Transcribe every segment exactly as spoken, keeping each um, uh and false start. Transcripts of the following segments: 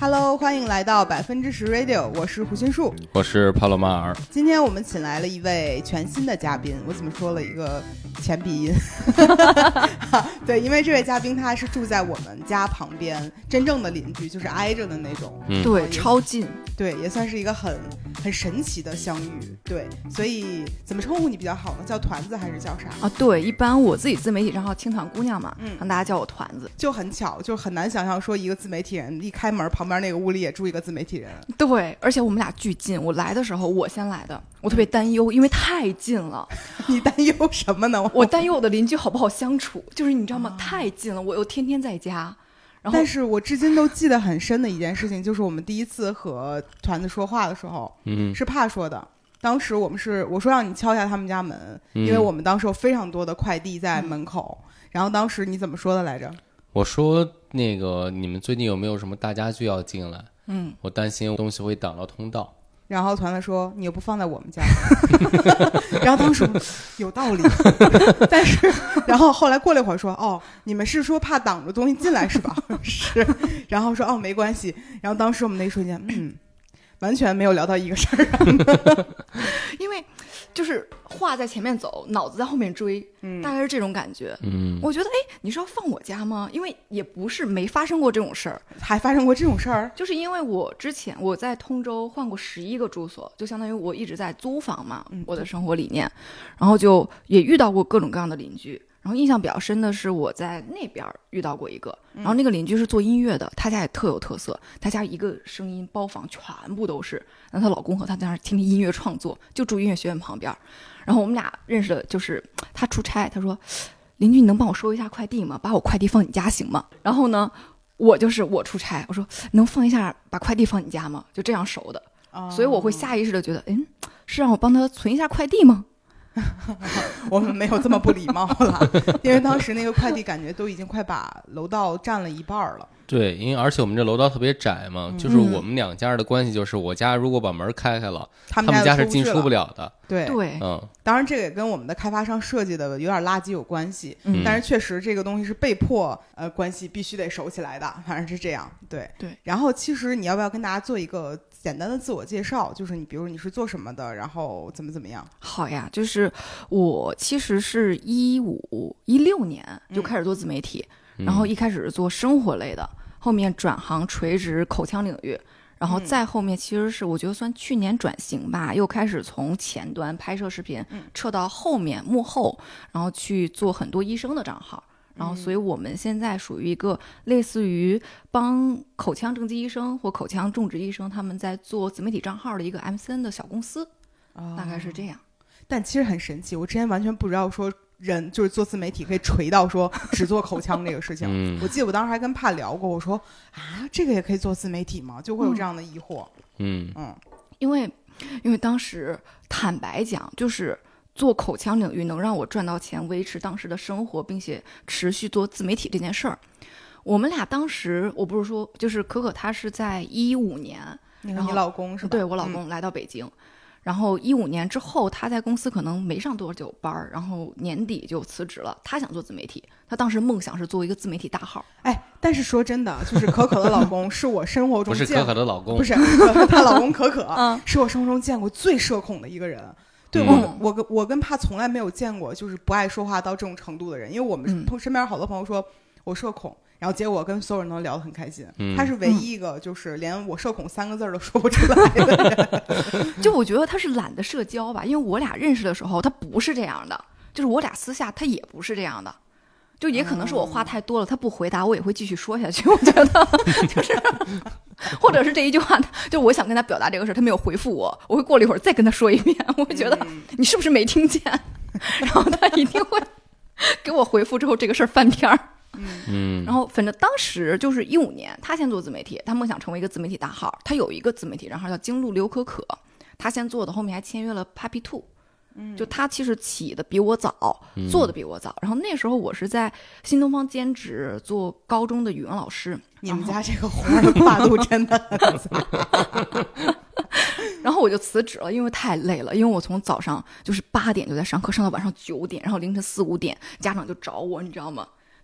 Hello， 欢迎来到百分之十 Radio， 我是胡心树， 我是帕洛马尔。 今天我们请来了一位全新的嘉宾，我怎么说了一个前鼻音？对，因为这位嘉宾他是住在我们家旁边，真正的邻居，就是挨着的那种。 嗯、对，超近。 对，也算是一个很很神奇的相遇。对，所以怎么称呼你比较好呢？叫团子还是叫啥？ 啊，对，一般我自己自媒体账号青团姑娘嘛，嗯，让大家叫我团子。 就很巧，就很难想象说一个自媒体人一开门，旁边那个屋里也住一个自媒体人。 对，而且我们俩巨近。我来的时候我先来的，我特别担忧，因为太近了。 你担忧什么呢？ 我担忧我的邻居好不好相处，就是你知道吗？啊、太近了，我又天天在家。然后但是我至今都记得很深的一件事情，就是我们第一次和团子说话的时候，嗯，是怕说的。当时我们是我说让你敲一下他们家门，嗯、因为我们当时有非常多的快递在门口。嗯、然后当时你怎么说的来着？ 我说那个你们最近有没有什么大家具要进来？ 嗯， 我担心东西会挡到通道。 然后团子说你又不放在我们家。然后当时有道理。但是然后后来过了一会儿说哦你们是说怕挡着东西进来是吧？是。然后说哦没关系。然后当时我们那一瞬间嗯完全没有聊到一个事儿上。 因为就是话在前面走，脑子在后面追，嗯、大概是这种感觉。嗯，我觉得哎，你是要放我家吗？因为也不是没发生过这种事儿， 还发生过这种事儿。 就是因为我之前我在通州换过十一个住所，就相当于我一直在租房嘛，嗯、我的生活理念，然后就也遇到过各种各样的邻居。然后印象比较深的是我在那边遇到过一个，然后那个邻居是做音乐的，他家也特有特色，他家一个声音包房全部都是，然后她老公和他在那儿天天音乐创作，就住音乐学院旁边。然后我们俩认识的就是他出差，他说邻居你能帮我收一下快递吗？把我快递放你家行吗？然后呢我就是我出差，我说能放一下把快递放你家吗？就这样熟的。哦、所以我会下意识的觉得嗯，是让我帮他存一下快递吗？ 我们没有这么不礼貌了，因为当时那个快递感觉都已经快把楼道占了一半了。 对，因为而且我们这楼道特别窄嘛，嗯、就是我们两家的关系就是我家如果把门开开了，他们 家, 他们家是进出不了的。 对对， 嗯， 当然这个也跟我们的开发商设计的有点垃圾有关系，嗯、但是确实这个东西是被迫呃关系必须得守起来的，反正是这样。对对。 然后其实你要不要跟大家做一个简单的自我介绍？就是你比如你是做什么的，然后怎么怎么样？ 好呀，就是我其实是一五一六年就开始做自媒体，嗯、然后一开始是做生活类的，后面转行垂直口腔领域，然后再后面其实是我觉得算去年转型吧，又开始从前端拍摄视频撤到后面幕后，然后去做很多医生的账号。然后所以我们现在属于一个类似于帮口腔正畸医生或口腔种植医生他们在做自媒体账号的一个 M C N 的小公司，哦、大概是这样。 但其实很神奇，我之前完全不知道说人就是做自媒体可以垂到说只做口腔这个事情。嗯、我记得我当时还跟帕聊过，我说啊这个也可以做自媒体吗？就会有这样的疑惑。 嗯嗯，因为因为当时坦白讲就是做口腔领域能让我赚到钱维持当时的生活并且持续做自媒体这件事儿，我们俩当时我不是说就是可可他是在一五年， 然后你老公是吧？ 对，我老公来到北京，嗯、然后一五年之后他在公司可能没上多久班，然后年底就辞职了，他想做自媒体，他当时梦想是做一个自媒体大号。 哎，但是说真的，就是可可的老公是我生活中不是可可的老公， 不是她老公可可，嗯、是我生活中见过最社恐的一个人。对，我、嗯、我跟我跟他从来没有见过就是不爱说话到这种程度的人，因为我们身边好多朋友说我社恐，然后结果我跟所有人都聊得很开心，嗯、他是唯一一个就是连我社恐三个字都说不出来的人。 就我觉得他是懒得社交吧，因为我俩认识的时候他不是这样的，就是我俩私下他也不是这样的，就也可能是我话太多了，他不回答我也会继续说下去。我觉得就是或者是这一句话就我想跟他表达这个事，他没有回复我，我会过了一会儿再跟他说一遍，我会觉得、嗯、你是不是没听见，然后他一定会给我回复之后这个事儿翻篇儿。嗯，然后反正当时就是一五年他先做自媒体，他梦想成为一个自媒体大号，他有一个自媒体账号叫京路刘可可，他先做的，后面还签约了 Papi Two。就他其实起的比我早，嗯、做的比我早，然后那时候我是在新东方兼职做高中的语文老师。 你们家这个活的跨度真的很大。 然后我就辞职了，因为太累了，因为我从早上就是八点就在上课，上到晚上九点，然后凌晨四五点家长就找我，你知道吗？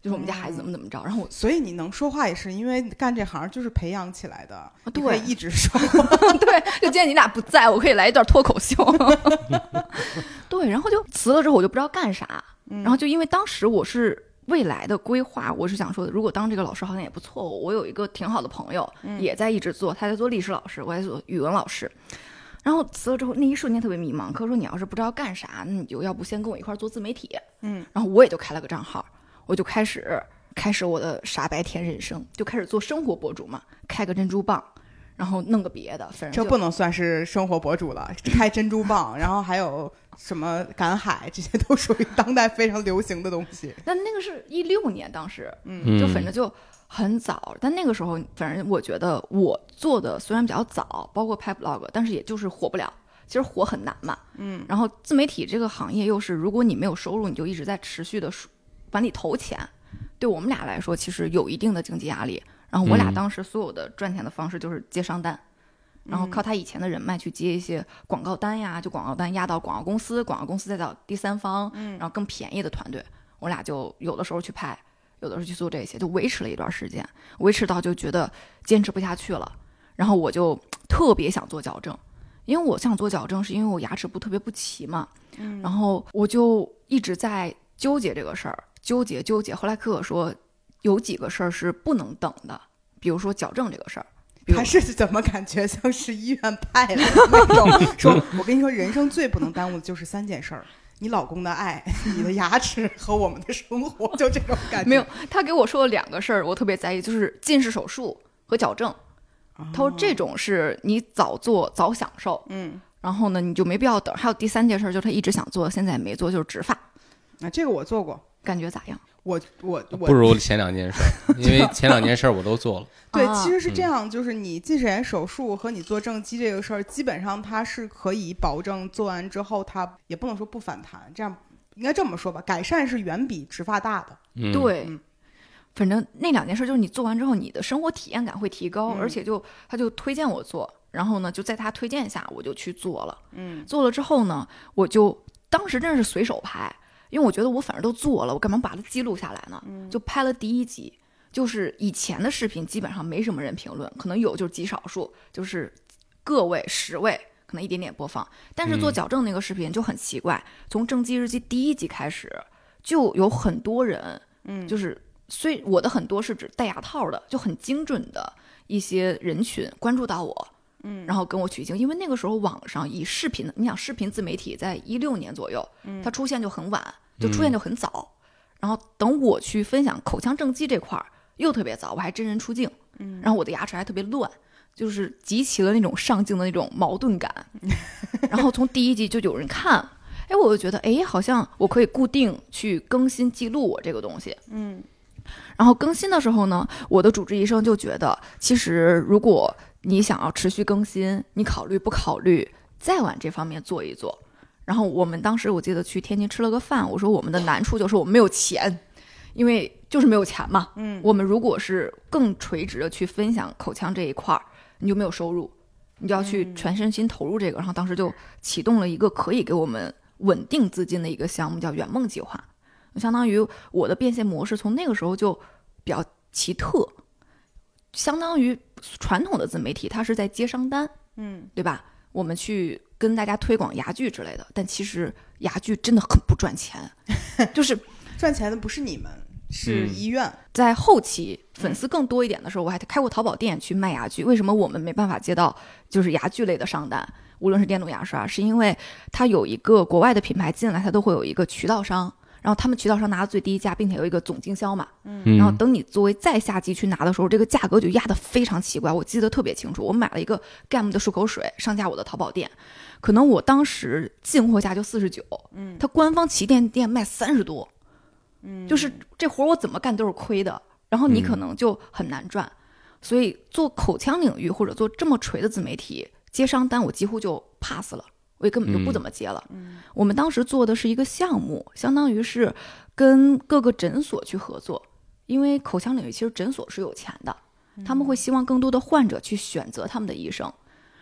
就是我们家孩子怎么怎么着。然后我所以你能说话也是因为干这行就是培养起来的，啊、 对， 可以一直说。 对，就今天你俩不在，我可以来一段脱口秀。对，然后就辞了之后我就不知道干啥， 嗯、 然后就因为当时我是。未来的规划，我是想说的，如果当这个老师好像也不错。我有一个挺好的朋友， 嗯、 也在一直做，他在做历史老师，我在做语文老师。然后辞了之后，那一瞬间特别迷茫。可说你要是不知道干啥，那你就要不先跟我一块做自媒体。 嗯， 然后我也就开了个账号，我就开始开始我的傻白甜人生，就开始做生活博主嘛，开个珍珠棒。然后弄个别的，反正这不能算是生活博主了，开珍珠棒，然后还有什么赶海，这些都属于当代非常流行的东西。 但那个是一六年，当时， 嗯， 就反正就很早。但那个时候，反正我觉得我做的虽然比较早，包括拍 vlog， 但是也就是火不了。其实火很难嘛， 嗯。 然后自媒体这个行业又是，如果你没有收入，你就一直在持续的往里投钱，对我们俩来说，其实有一定的经济压力。然后我俩当时所有的赚钱的方式就是接商单，嗯、然后靠他以前的人脉去接一些广告单呀，就广告单压到广告公司，广告公司再到第三方， 嗯、 然后更便宜的团队，我俩就有的时候去拍，有的时候去做这些，就维持了一段时间，维持到就觉得坚持不下去了，然后我就特别想做矫正，因为我想做矫正是因为我牙齿不特别不齐嘛， 嗯、 然后我就一直在纠结这个事儿，纠结纠结，后来可可说。有几个事儿是不能等的，比如说矫正这个事儿。 他是怎么感觉像是医院派来的那种？说，我跟你说，人生最不能耽误的就是三件事儿：你老公的爱、你的牙齿和我们的生活，就这种感觉。 没有，他给我说了两个事儿，我特别在意，就是近视手术和矫正。 哦、 他说这种是你早做早享受， 嗯， 然后呢你就没必要等。还有第三件事，就是他一直想做，现在也没做，就是植发。 啊，这个我做过， 感觉咋样？ 我我我不如前两件事，因为前两件事我都做了。 对，其实是这样，就是你近视眼手术和你做正畸这个事儿，基本上它是可以保证做完之后，它也不能说不反弹，这样应该这么说吧，改善是远比植发大的。 嗯、 对、 嗯， 反正那两件事就是你做完之后，你的生活体验感会提高， 嗯、 而且就他就推荐我做，然后呢，就在他推荐下，我就去做了。 嗯， 做了之后呢，我就当时真是随手拍。因为我觉得我反正都做了，我干嘛把它记录下来呢？ 嗯、 就拍了第一集，就是以前的视频基本上没什么人评论，可能有就是极少数，就是个位十位，可能一点点播放。但是做矫正那个视频就很奇怪，嗯、从正畸日记第一集开始，就有很多人， 嗯， 就是虽我的很多是指戴牙套的，就很精准的一些人群关注到我。 嗯， 然后跟我取经，因为那个时候网上以视频，你想视频自媒体在一六年左右， 嗯， 它出现就很晚，就出现就很早。嗯、然后等我去分享口腔正畸这块儿，又特别早，我还真人出镜， 嗯， 然后我的牙齿还特别乱，就是集齐了那种上镜的那种矛盾感。然后从第一集就有人看，哎，我就觉得，哎，好像我可以固定去更新记录我这个东西， 嗯。 然后更新的时候呢，我的主治医生就觉得，其实如果你想要持续更新，你考虑不考虑再往这方面做一做？然后我们当时我记得去天津吃了个饭，我说我们的难处就是我们没有钱，因为就是没有钱嘛。 嗯， 我们如果是更垂直的去分享口腔这一块儿，你就没有收入，你就要去全身心投入这个。然后当时就启动了一个可以给我们稳定资金的一个项目，叫圆梦计划。相当于我的变现模式从那个时候就比较奇特，相当于传统的自媒体它是在接商单， 嗯， 对吧？我们去跟大家推广牙具之类的，但其实牙具真的很不赚钱，就是赚钱的不是你们，是医院。 嗯、在后期粉丝更多一点的时候，我还开过淘宝店去卖牙具。为什么我们没办法接到就是牙具类的商单？无论是电动牙刷，是因为它有一个国外的品牌进来，它都会有一个渠道商。然后他们渠道商拿的最低价，并且有一个总经销嘛， 嗯， 然后等你作为再下级去拿的时候，这个价格就压得非常奇怪。我记得特别清楚，我买了一个 G A M 的漱口水，上架我的淘宝店，可能我当时进货价就四十九， 嗯， 它官方旗舰店卖三十多， 嗯， 就是这活我怎么干都是亏的，然后你可能就很难赚，嗯、所以做口腔领域或者做这么垂的自媒体接商单，我几乎就 pass 了。我也根本就不怎么接了。 嗯， 我们当时做的是一个项目，相当于是跟各个诊所去合作，因为口腔领域其实诊所是有钱的，他们会希望更多的患者去选择他们的医生。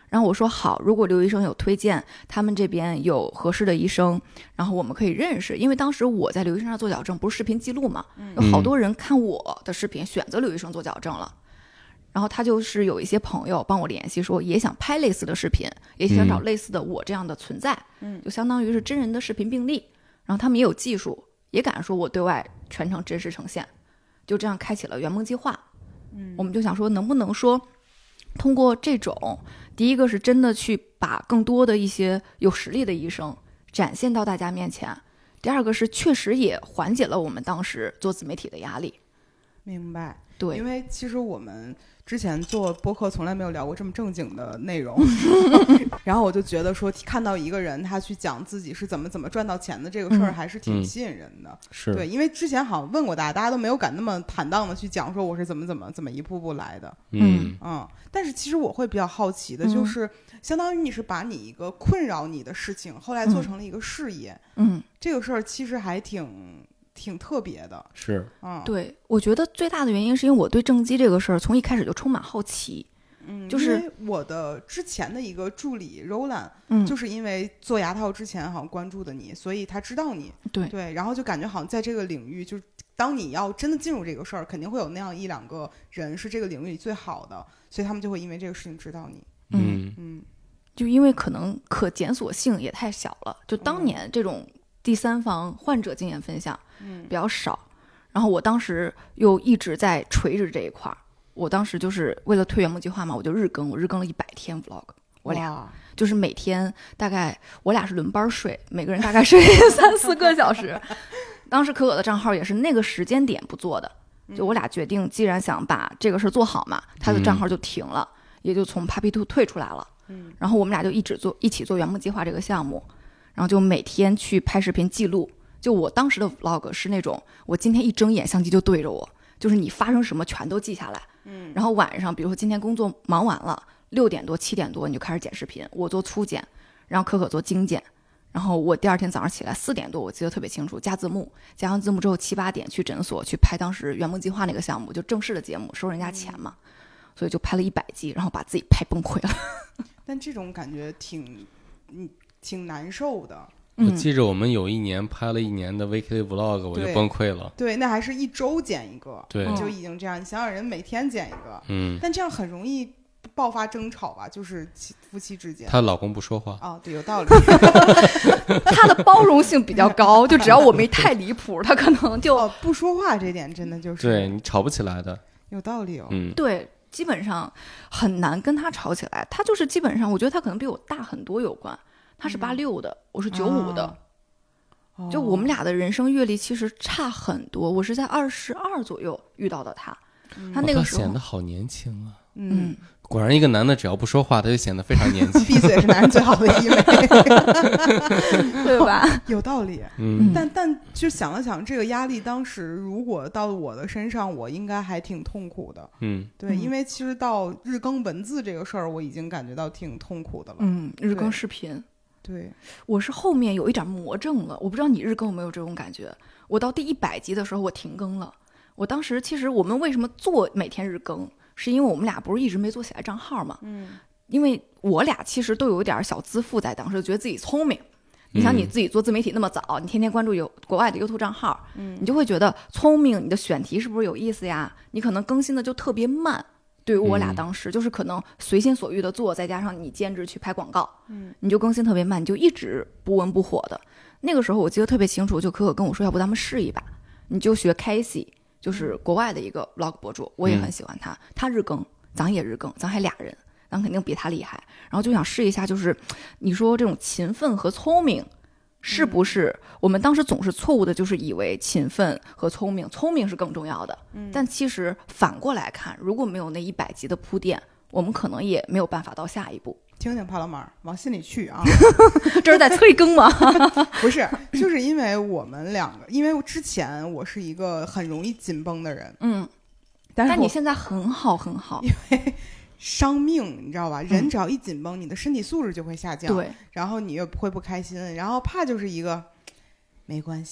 然后我说好，如果刘医生有推荐，他们这边有合适的医生，然后我们可以认识。因为当时我在刘医生那做矫正，不是视频记录嘛，有好多人看我的视频选择刘医生做矫正了。然后他就是有一些朋友帮我联系，说也想拍类似的视频，也想找类似的我这样的存在，嗯，就相当于是真人的视频病例。然后他们也有技术，也敢说我对外全程真实呈现，就这样开启了圆梦计划。嗯，我们就想说，能不能说通过这种，第一个是真的去把更多的一些有实力的医生展现到大家面前，第二个是确实也缓解了我们当时做自媒体的压力。 明白， 对， 因为其实我们之前做播客从来没有聊过这么正经的内容然后我就觉得说看到一个人他去讲自己是怎么怎么赚到钱的这个事儿还是挺吸引人的、嗯、 是对，因为之前好像问过大家，大家都没有敢那么坦荡的去讲说我是怎么怎么怎么一步步来的。 嗯嗯，但是其实我会比较好奇的就是、嗯、相当于你是把你一个困扰你的事情后来做成了一个事业， 嗯， 这个事儿其实还挺挺特别的。 是， 嗯， 对，我觉得最大的原因是因为我对正畸这个事儿从一开始就充满好奇。 嗯， 就是因为我的之前的一个助理 Roland， 嗯， 就是因为做牙套之前好像关注的你，所以他知道你， 对对，然后就感觉好像在这个领域，就是当你要真的进入这个事儿，肯定会有那样一两个人是这个领域里最好的，所以他们就会因为这个事情知道你。 嗯嗯， 就因为可能可检索性也太小了，就当年这种第三方患者经验分享比较少，嗯、然后我当时又一直在垂直这一块儿。我当时就是为了推圆梦计划嘛，我就日更，我日更了一百天 vlog， 我俩就是每天大概我俩是轮班睡，每个人大概睡三四个小时。当时可可的账号也是那个时间点不做的，就我俩决定，既然想把这个事做好嘛，他的账号就停了，嗯、也就从 Puppy Two 退出来了。嗯，然后我们俩就一直做一起做圆梦计划这个项目，然后就每天去拍视频记录。就我当时的 vlog 是那种，我今天一睁眼相机就对着我，就是你发生什么全都记下来。嗯，然后晚上比如说今天工作忙完了，六点多七点多你就开始剪视频，我做粗剪，然后可可做精剪，然后我第二天早上起来四点多，我记得特别清楚，加字幕，加完字幕之后七八点去诊所去拍当时圆梦计划那个项目，就正式的节目，收人家钱嘛，嗯、所以就拍了一百集，然后把自己拍崩溃了。 但这种感觉挺嗯挺难受的。 我记着我们有一年拍了一年的 weekly vlog， 我就崩溃了。 对，那还是一周剪一个， 对， 就已经这样。你想想人每天剪一个， 嗯， 但这样很容易爆发争吵吧？就是夫妻之间。 她老公不说话。 哦，对，有道理。 他的包容性比较高，就只要我没太离谱，他可能就、 哦、不说话。这点真的就是对你吵不起来的。 有道理哦。 嗯， 对。基本上很难跟他吵起来，他就是基本上我觉得他可能比我大很多有关，他是八六的、嗯、我是九五的、哦、就我们俩的人生阅历其实差很多，我是在二十二左右遇到的他、嗯、他那个时候、 哦、他显得好年轻啊。 嗯， 果然一个男的只要不说话他就显得非常年轻。 闭嘴是男人最好的医美。 对吧？ 有道理。 嗯， 但但就想了想这个压力当时如果到我的身上我应该还挺痛苦的。 嗯， 对，因为其实到日更文字这个事儿我已经感觉到挺痛苦的了。 嗯，日更视频， 对， 我是后面有一点魔怔了，我不知道你日更有没有这种感觉。我到第一百集的时候我停更了，我当时其实我们为什么做每天日更，是因为我们俩不是一直没做起来账号嘛？嗯，因为我俩其实都有点小自负，在当时觉得自己聪明。你想你自己做自媒体那么早、嗯、你天天关注有国外的 YouTube 账号、嗯、你就会觉得聪明，你的选题是不是有意思呀？你可能更新的就特别慢。对于我俩当时、嗯、就是可能随心所欲的做，再加上你兼职去拍广告，嗯，你就更新特别慢，你就一直不温不火的。那个时候我记得特别清楚，就可可跟我说，要不咱们试一把，你就学 Casey， 就是国外的一个 vlog 博主，我也很喜欢他，嗯、他日更，咱也日更，咱还俩人，咱肯定比他厉害。然后就想试一下，就是你说这种勤奋和聪明是不是、嗯、我们当时总是错误的，就是以为勤奋和聪明聪明是更重要的、嗯、但其实反过来看，如果没有那一百集的铺垫，我们可能也没有办法到下一步。 听听帕老马往心里去啊。 这是在催更吗？ 不是，就是因为我们两个，因为之前我是一个很容易紧绷的人， 嗯，但是但你现在很好很好， 因为伤命你知道吧，人只要一紧绷、嗯、你的身体素质就会下降， 对， 然后你又会不开心，然后怕就是一个没关系，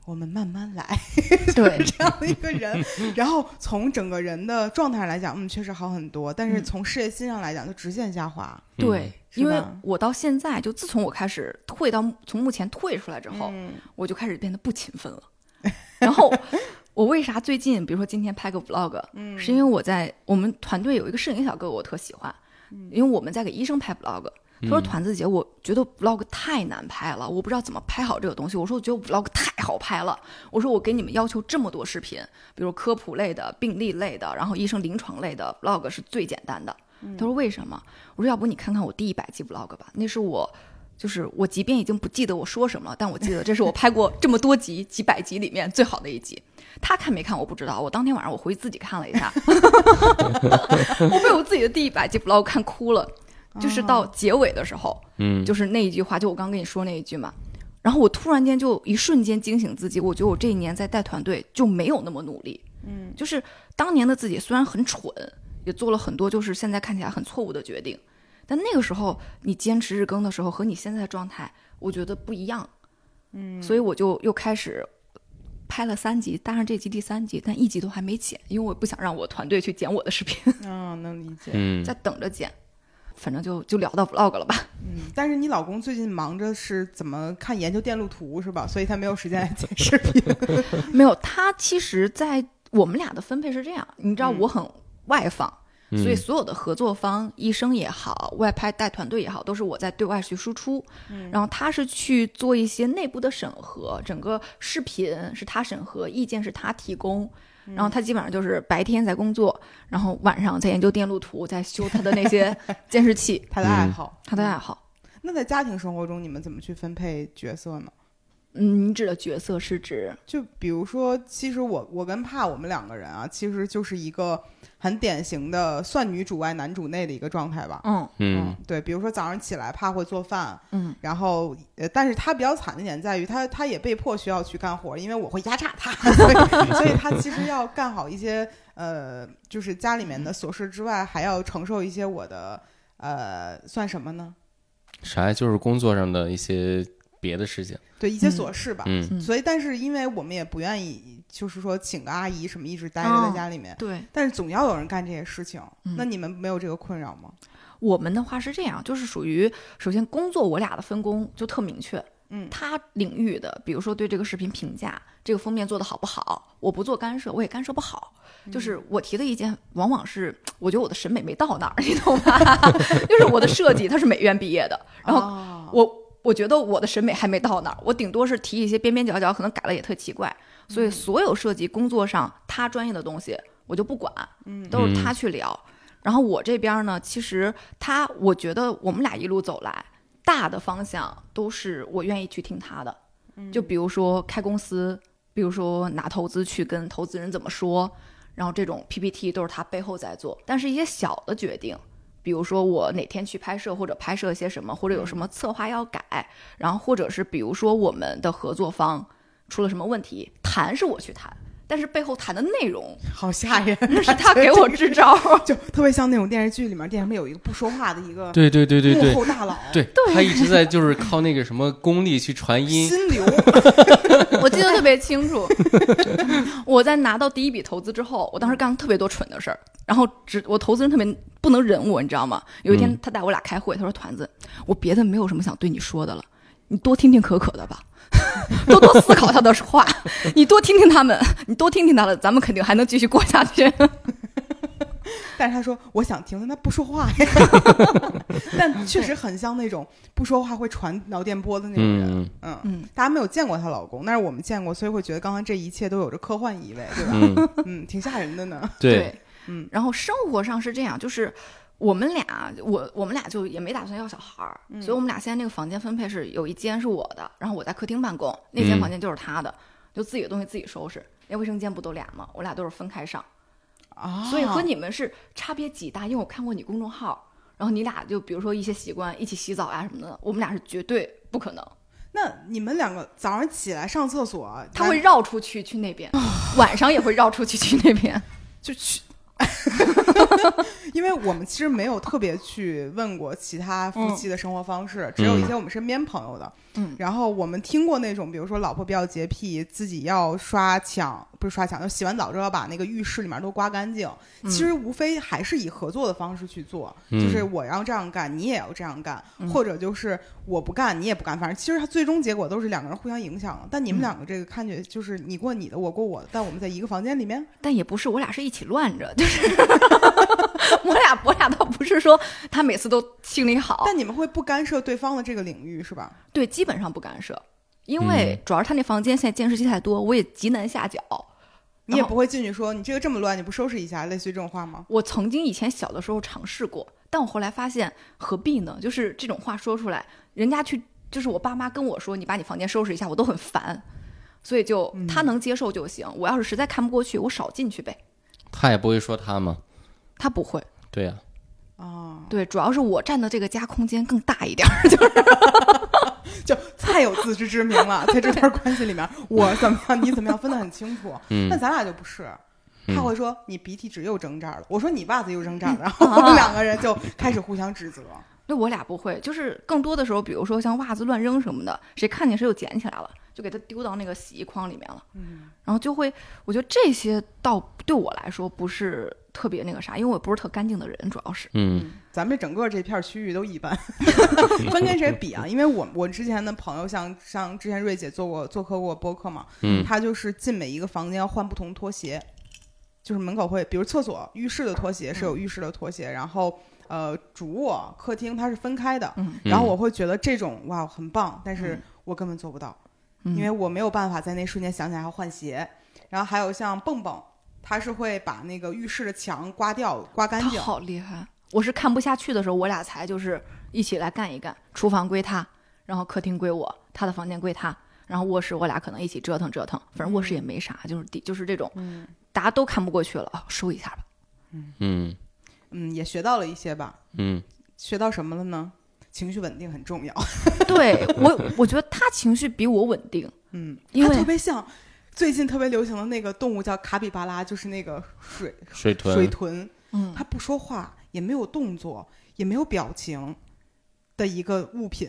我们慢慢来， 对这样的一个人。然后从整个人的状态来讲，嗯，确实好很多，但是从事业心上来讲就直线下滑。 对、 嗯， 因为我到现在就自从我开始退到从目前退出来之后、 嗯、 我就开始变得不勤奋了。然后我为啥最近比如说今天拍个 vlog、嗯、是因为我在我们团队有一个摄影小哥哥我特喜欢、嗯、因为我们在给医生拍 vlog，他说团子姐我觉得 vlog 太难拍了，我不知道怎么拍好这个东西。我说我觉得 vlog 太好拍了，我说我给你们要求这么多视频，比如科普类的、病例类的，然后医生临床类的 vlog 是最简单的、嗯、他说为什么？我说要不你看看我第一百集 vlog 吧，那是我就是我即便已经不记得我说什么了，但我记得这是我拍过这么多集几百集里面最好的一集。他看没看我不知道，我当天晚上我回去自己看了一下我被我自己的第一百集 vlog 看哭了，就是到结尾的时候、嗯，就是那一句话，就我刚跟你说那一句嘛，然后我突然间就一瞬间惊醒自己，我觉得我这一年在带团队就没有那么努力，嗯，就是当年的自己虽然很蠢，也做了很多就是现在看起来很错误的决定，但那个时候你坚持日更的时候和你现在的状态我觉得不一样，嗯，所以我就又开始拍了三集，当然这集第三集，但一集都还没剪，因为我不想让我团队去剪我的视频啊、哦，能理解， 嗯， 在等着剪，反正就就聊到 vlog 了吧。 嗯，但是你老公最近忙着是怎么看研究电路图是吧？所以他没有时间来剪视频没有，他其实在我们俩的分配是这样，你知道我很外放、嗯、所以所有的合作方、嗯、医生也好，外派带团队也好，都是我在对外去输出、嗯、然后他是去做一些内部的审核，整个视频是他审核，意见是他提供，然后他基本上就是白天在工作，然后晚上在研究电路图，在修他的那些监视器他的爱好、 嗯、他的爱好。 那在家庭生活中你们怎么去分配角色呢？ 嗯，你指的角色是指就比如说其实我我跟帕我们两个人啊，其实就是一个很典型的算女主外男主内的一个状态吧。 嗯嗯，对，比如说早上起来帕会做饭，嗯，然后呃，但是他比较惨的一点在于他他也被迫需要去干活，因为我会压榨他所以所以他其实要干好一些呃就是家里面的琐事之外，还要承受一些我的呃算什么呢？ 啥？就是工作上的一些别的事情， 对，一些琐事吧。 嗯， 所以但是因为我们也不愿意就是说请个阿姨什么一直待着在家里面、哦、 对， 但是总要有人干这些事情、嗯、那你们没有这个困扰吗？ 我们的话是这样，就是属于首先工作我俩的分工就特明确，嗯，他领域的比如说对这个视频评价，这个封面做的好不好，我不做干涉，我也干涉不好、嗯、就是我提的意见往往是我觉得我的审美没到那儿，你懂吗就是我的设计他是美院毕业的，然后我、哦我觉得我的审美还没到那儿，我顶多是提一些边边角角可能改了也特奇怪，所以所有设计工作上他专业的东西我就不管，都是他去聊、嗯、然后我这边呢其实他我觉得我们俩一路走来大的方向都是我愿意去听他的，就比如说开公司，比如说拿投资去跟投资人怎么说，然后这种 P P T 都是他背后在做，但是一些小的决定，比如说我哪天去拍摄或者拍摄些什么，或者有什么策划要改、嗯、然后或者是比如说我们的合作方出了什么问题，谈是我去谈，但是背后谈的内容好吓人， 是他给我支招就特别像那种电视剧里面，电视里面有一个不说话的一个对对对对对幕后大佬， 对，他一直在就是靠那个什么功力去传音心流我记得特别清楚我在拿到第一笔投资之后，我当时干了特别多蠢的事儿，然后只我投资人特别不能忍我，你知道吗？有一天他带我俩开会，他说团子我别的没有什么想对你说的了，你多听听可可的吧多多思考他的话，你多听听他们，你多听听他的，咱们肯定还能继续过下去但是他说我想听，但他不说话呀但确实很像那种不说话会传脑电波的那种人。嗯嗯，大家没有见过她老公，但是我们见过，所以会觉得刚刚这一切都有着科幻意味，对吧？嗯, 嗯挺吓人的呢。 对, 对嗯，然后生活上是这样，就是我们俩我我们俩就也没打算要小孩、嗯、所以我们俩现在那个房间分配是有一间是我的，然后我在客厅办公，那间房间就是他的、嗯、就自己的东西自己收拾，连卫生间不都俩吗？我俩都是分开上啊，所以和你们是差别极大，因为我看过你公众号，然后你俩就比如说一些习惯，一起洗澡呀、啊、什么的，我们俩是绝对不可能。 那你们两个早上起来上厕所， 他会绕出去去那边晚上也会绕出去去那边就去因为我们其实没有特别去问过其他夫妻的生活方式，嗯、只有一些我们身边朋友的。嗯，然后我们听过那种，比如说老婆比较洁癖，自己要刷墙，不是刷墙，就洗完澡之后要把那个浴室里面都刮干净。嗯、其实无非还是以合作的方式去做，嗯、就是我要这样干，你也要这样干，嗯、或者就是我不干，你也不干，反正其实它最终结果都是两个人互相影响的。但你们两个这个看起来就是你过你的，我过我的，但我们在一个房间里面， 但也不是，我俩是一起乱着，就是我俩我俩倒不是说他每次都清理好， 但你们会不干涉对方的这个领域是吧？ 对，基本上不干涉，因为主要是他那房间现在监视器太多，我也极难下脚。 你也不会进去说你这个这么乱，你不收拾一下，类似于这种话吗？ 我曾经以前小的时候尝试过，但我后来发现何必呢？就是这种话说出来，人家去就是我爸妈跟我说你把你房间收拾一下，我都很烦，所以就他能接受就行。嗯、我要是实在看不过去，我少进去呗。 他也不会说他吗？ 他不会。 对呀、 啊。哦， 对，主要是我占的这个家空间更大一点，就是就太有自知之明了，在这段关系里面，我怎么样，你怎么样，分得很清楚。嗯，但咱俩就不是，他会说你鼻涕纸又扔这儿了，我说你袜子又扔这儿了，然后我们两个人就开始互相指责。 对，我俩不会，就是更多的时候，比如说像袜子乱扔什么的，谁看见谁就捡起来了，就给他丢到那个洗衣筐里面了。嗯，然后就会，我觉得这些倒对我来说不是特别那个啥，因为我不是特干净的人，主要是。 嗯， 咱们整个这片区域都一般，分跟谁比啊？因为我我之前的朋友像像之前瑞姐做过做客过播客嘛，嗯，她就是进每一个房间要换不同拖鞋，就是门口会，比如厕所、浴室的拖鞋是有浴室的拖鞋，嗯、然后。呃，主卧、客厅它是分开的，嗯、然后我会觉得这种哇很棒，但是我根本做不到，嗯、因为我没有办法在那瞬间想起来要换鞋。然后还有像蹦蹦，他是会把那个浴室的墙刮掉、刮干净。 他好厉害！我是看不下去的时候，我俩才就是一起来干一干。厨房归他，然后客厅归我，他的房间归他，然后卧室我俩可能一起折腾折腾。反正卧室也没啥，就是就是这种，嗯、大家都看不过去了，哦，收一下吧。 嗯嗯。 嗯，也学到了一些吧。 嗯， 学到什么了呢？情绪稳定很重要。 对我，我觉得他情绪比我稳定。 嗯， 因为他特别像最近特别流行的那个动物叫卡比巴拉，就是那个水水豚。 水豚， 嗯， 他不说话，也没有动作，也没有表情的一个物品，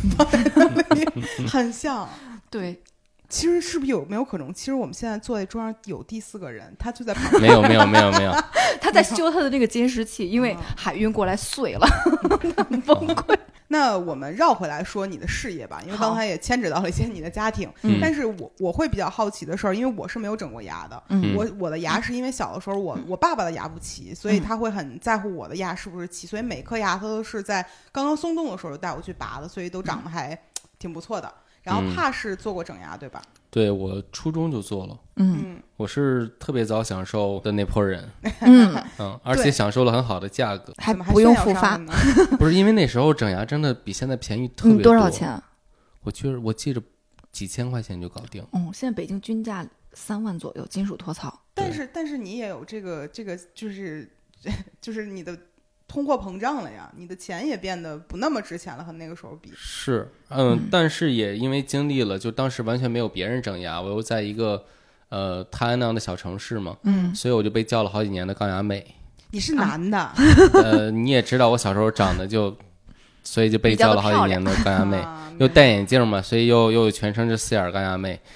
很像。 对。 其实是不是有没有可能？其实我们现在坐在桌上有第四个人，他就在旁边。 没有没有没有没有， 他在修他的那个监视器，因为海运过来碎了，很崩溃。 那我们绕回来说你的事业吧，因为刚才也牵扯到了一些你的家庭。但是我我会比较好奇的事儿，因为我是没有整过牙的。嗯、我我的牙是因为小的时候我我爸爸的牙不齐，所以他会很在乎我的牙是不是齐，所以每颗牙他都是在刚刚松动的时候就带我去拔的，所以都长得还挺不错的。然后怕是做过整牙、嗯、对吧？ 对，我初中就做了。 嗯， 我是特别早享受的那波人。 嗯嗯，而且享受了很好的价格， 还不用复发。 不是因为那时候整牙真的比现在便宜特别多。 嗯、多少钱？ 我觉得我记着几千块钱就搞定。 嗯，现在北京均价三万左右，金属托槽。 但是但是你也有这个这个就是就是你的。通货膨胀了呀，你的钱也变得不那么值钱了，和那个时候比。 是，嗯，嗯但是也因为经历了，就当时完全没有别人整牙，我又在一个呃泰安那样的小城市嘛， 嗯， 所以我就被叫了好几年的钢牙妹。 你是男的？啊、 呃，你也知道我小时候长得就，所以就被叫了好几年的钢牙妹，又戴眼镜嘛，所以又又全称是四眼钢牙妹，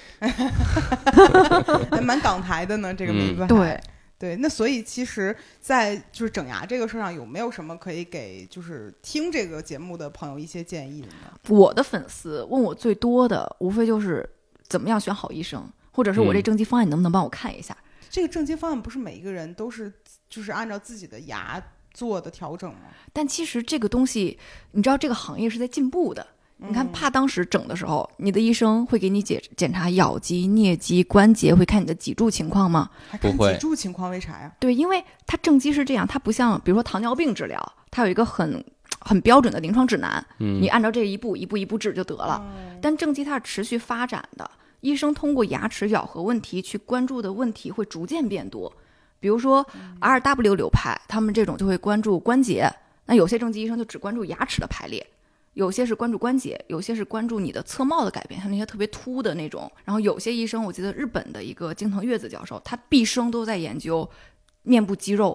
还蛮港台的呢，这个名字、 嗯。对。 对，那所以其实在就是整牙这个事上有没有什么可以给就是听这个节目的朋友一些建议呢？ 我的粉丝问我最多的无非就是怎么样选好医生，或者是我这正畸方案你能不能帮我看一下、 嗯、这个正畸方案不是每一个人都是就是按照自己的牙做的调整吗？ 但其实这个东西你知道这个行业是在进步的。你看怕当时整的时候、嗯、你的医生会给你检检查咬肌、颞肌、关节，会看你的脊柱情况吗？ 还看脊柱情况？为啥呀？ 对，因为它正畸是这样，它不像比如说糖尿病治疗，它有一个很很标准的临床指南、嗯、你按照这一步一步一步治就得了、嗯、但正畸它是持续发展的，医生通过牙齿咬合问题去关注的问题会逐渐变多。比如说 R W 流派他们这种就会关注关节，那有些正畸医生就只关注牙齿的排列，有些是关注关节，有些是关注你的侧貌的改变，像那些特别凸的那种。然后有些医生，我记得日本的一个京藤月子教授，他毕生都在研究面部肌肉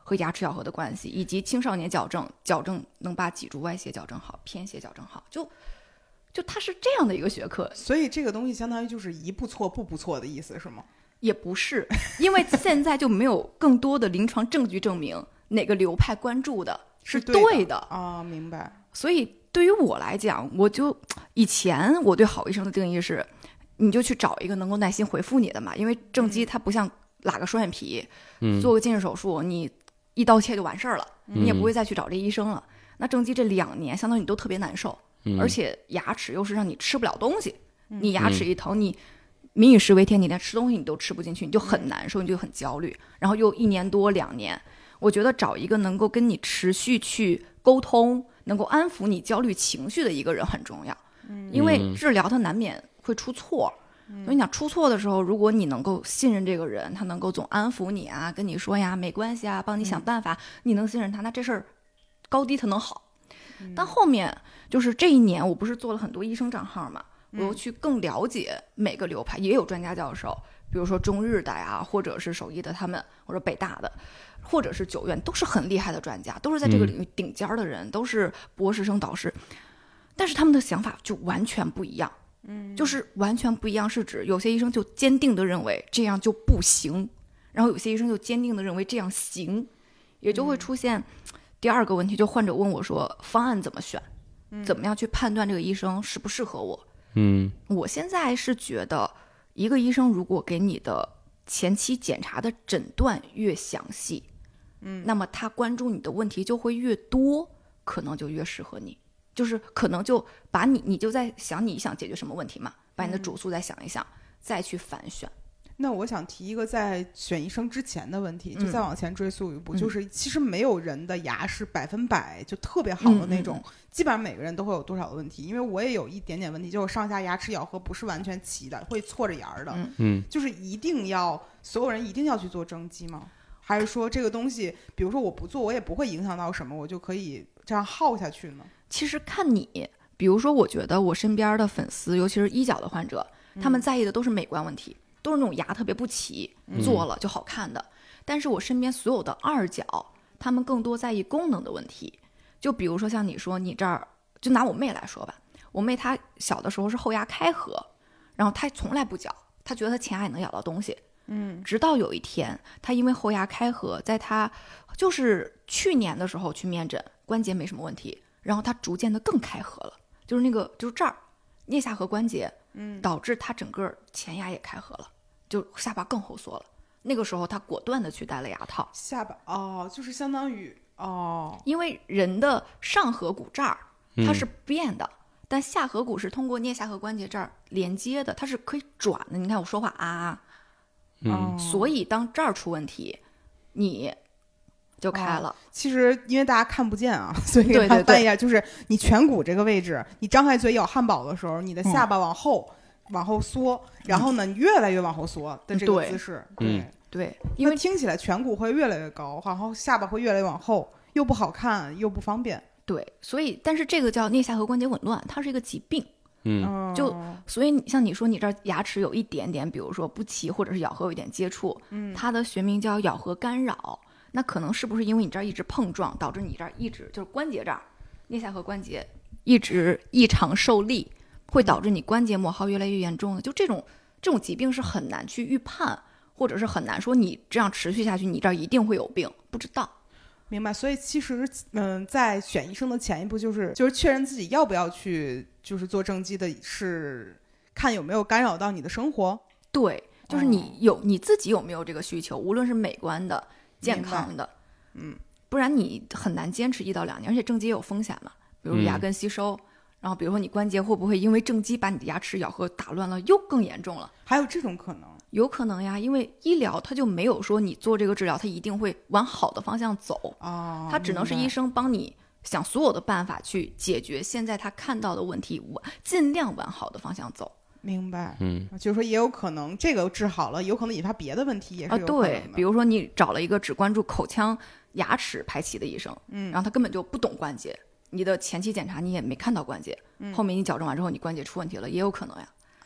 和牙齿咬合的关系，以及青少年矫正，矫正能把脊柱歪斜矫正好，偏斜矫正好，就就它是这样的一个学科。 所以这个东西相当于就是一不错步不错的意思是吗？ 也不是，因为现在就没有更多的临床证据证明哪个流派关注的是对的啊、哦，明白。 所以对于我来讲，我就以前我对好医生的定义是，你就去找一个能够耐心回复你的嘛，因为正畸它不像拉个双眼皮、嗯、做个近视手术，你一刀切就完事儿了，你也不会再去找这医生了。嗯、那正畸这两年，相当于你都特别难受，嗯、而且牙齿又是让你吃不了东西，嗯、你牙齿一疼，你民以食为天，你连吃东西你都吃不进去，你就很难受，你就很焦虑。然后又一年多两年，我觉得找一个能够跟你持续去沟通，能够安抚你焦虑情绪的一个人很重要。嗯、因为治疗它难免会出错。所以你想出错的时候，如果你能够信任这个人，他能够总安抚你啊，跟你说呀没关系啊，帮你想办法，嗯、你能信任他，那这事儿高低他能好。嗯、但后面就是这一年，我不是做了很多医生账号嘛，我又去更了解每个流派，也有专家教授，比如说中日的呀，或者是首医的他们，或者北大的，或者是九院，都是很厉害的专家，都是在这个领域顶尖的人，嗯、都是博士生导师，但是他们的想法就完全不一样。嗯，就是完全不一样，是指有些医生就坚定地认为这样就不行，然后有些医生就坚定地认为这样行，也就会出现第二个问题，就患者问我说方案怎么选，怎么样去判断这个医生适不适合我。嗯，我现在是觉得一个医生如果给你的前期检查的诊断越详细，嗯，那么他关注你的问题就会越多，可能就越适合你。就是可能就把你你就在想你想解决什么问题嘛，把你的主诉再想一想，嗯、再去反选。 那我想提一个在选医生之前的问题，就再往前追溯一步， 嗯、 就是其实没有人的牙是百分百就特别好的那种， 嗯嗯、 基本上每个人都会有多少的问题。因为我也有一点点问题，就是上下牙齿咬合不是完全齐的，会错着沿儿的。 嗯， 就是一定要所有人一定要去做正畸吗？还是说这个东西，比如说我不做，我也不会影响到什么，我就可以这样耗下去呢？ 其实看你，比如说我觉得我身边的粉丝，尤其是医矫的患者， 嗯、 他们在意的都是美观问题，都是那种牙特别不齐， 嗯、 做了就好看的。但是我身边所有的二矫，他们更多在意功能的问题。就比如说像你说你这儿，就拿我妹来说吧，我妹她小的时候是后牙开合，然后她从来不矫，她觉得她前牙也能咬到东西。 嗯， 直到有一天，她因为后牙开合，在她就是去年的时候去面诊，关节没什么问题。然后它逐渐的更开合了，就是那个就是这儿颞下颌关节，嗯，导致它整个前牙也开合了，就下巴更后缩了。那个时候他果断的去戴了牙套。 下巴哦，就是相当于哦， 因为人的上颌骨这儿它是不变的，嗯、但下颌骨是通过颞下颌关节这儿连接的，它是可以转的。你看我说话啊， 嗯， 所以当这儿出问题，你就开了、 哦。其实因为大家看不见啊，所以给它翻一下，就是你颧骨这个位置，你张开嘴咬汉堡的时候，你的下巴往后、嗯、往后缩，然后呢，你越来越往后缩的这个姿势， 对、 嗯、 对，因为听起来颧骨会越来越高，然后下巴会越来越往后，又不好看又不方便。 对，所以但是这个叫颞下颌关节紊乱，它是一个疾病。 嗯， 就所以像你说你这儿牙齿有一点点，比如说不齐，或者是咬合有一点接触， 嗯， 它的学名叫咬合干扰。那可能是不是因为你这儿一直碰撞，导致你这儿一直就是关节这儿颞下颌关节一直异常受力，会导致你关节磨耗越来越严重的？就这种这种疾病是很难去预判，或者是很难说你这样持续下去，你这儿一定会有病，不知道。 明白。所以其实嗯，在选医生的前一步就是就是确认自己要不要去就是做正畸的，是看有没有干扰到你的生活。 对，就是你有、哦、你自己有没有这个需求，无论是美观的健康的， 嗯， 不然你很难坚持一到两年，而且正畸也有风险嘛，比如牙根吸收、嗯、然后比如说你关节会不会因为正畸把你的牙齿咬合打乱了，又更严重了？ 还有这种可能？ 有可能呀，因为医疗它就没有说你做这个治疗它一定会往好的方向走哦， 它只能是医生帮你想所有的办法去解决现在他看到的问题，尽量往好的方向走。 明白， 嗯， 就是说也有可能这个治好了，有可能引发别的问题，也是有可能的、 啊、对，比如说你找了一个只关注口腔牙齿排齐的医生， 嗯， 然后他根本就不懂关节，你的前期检查你也没看到关节，嗯、后面你矫正完之后你关节出问题了，也有可能呀。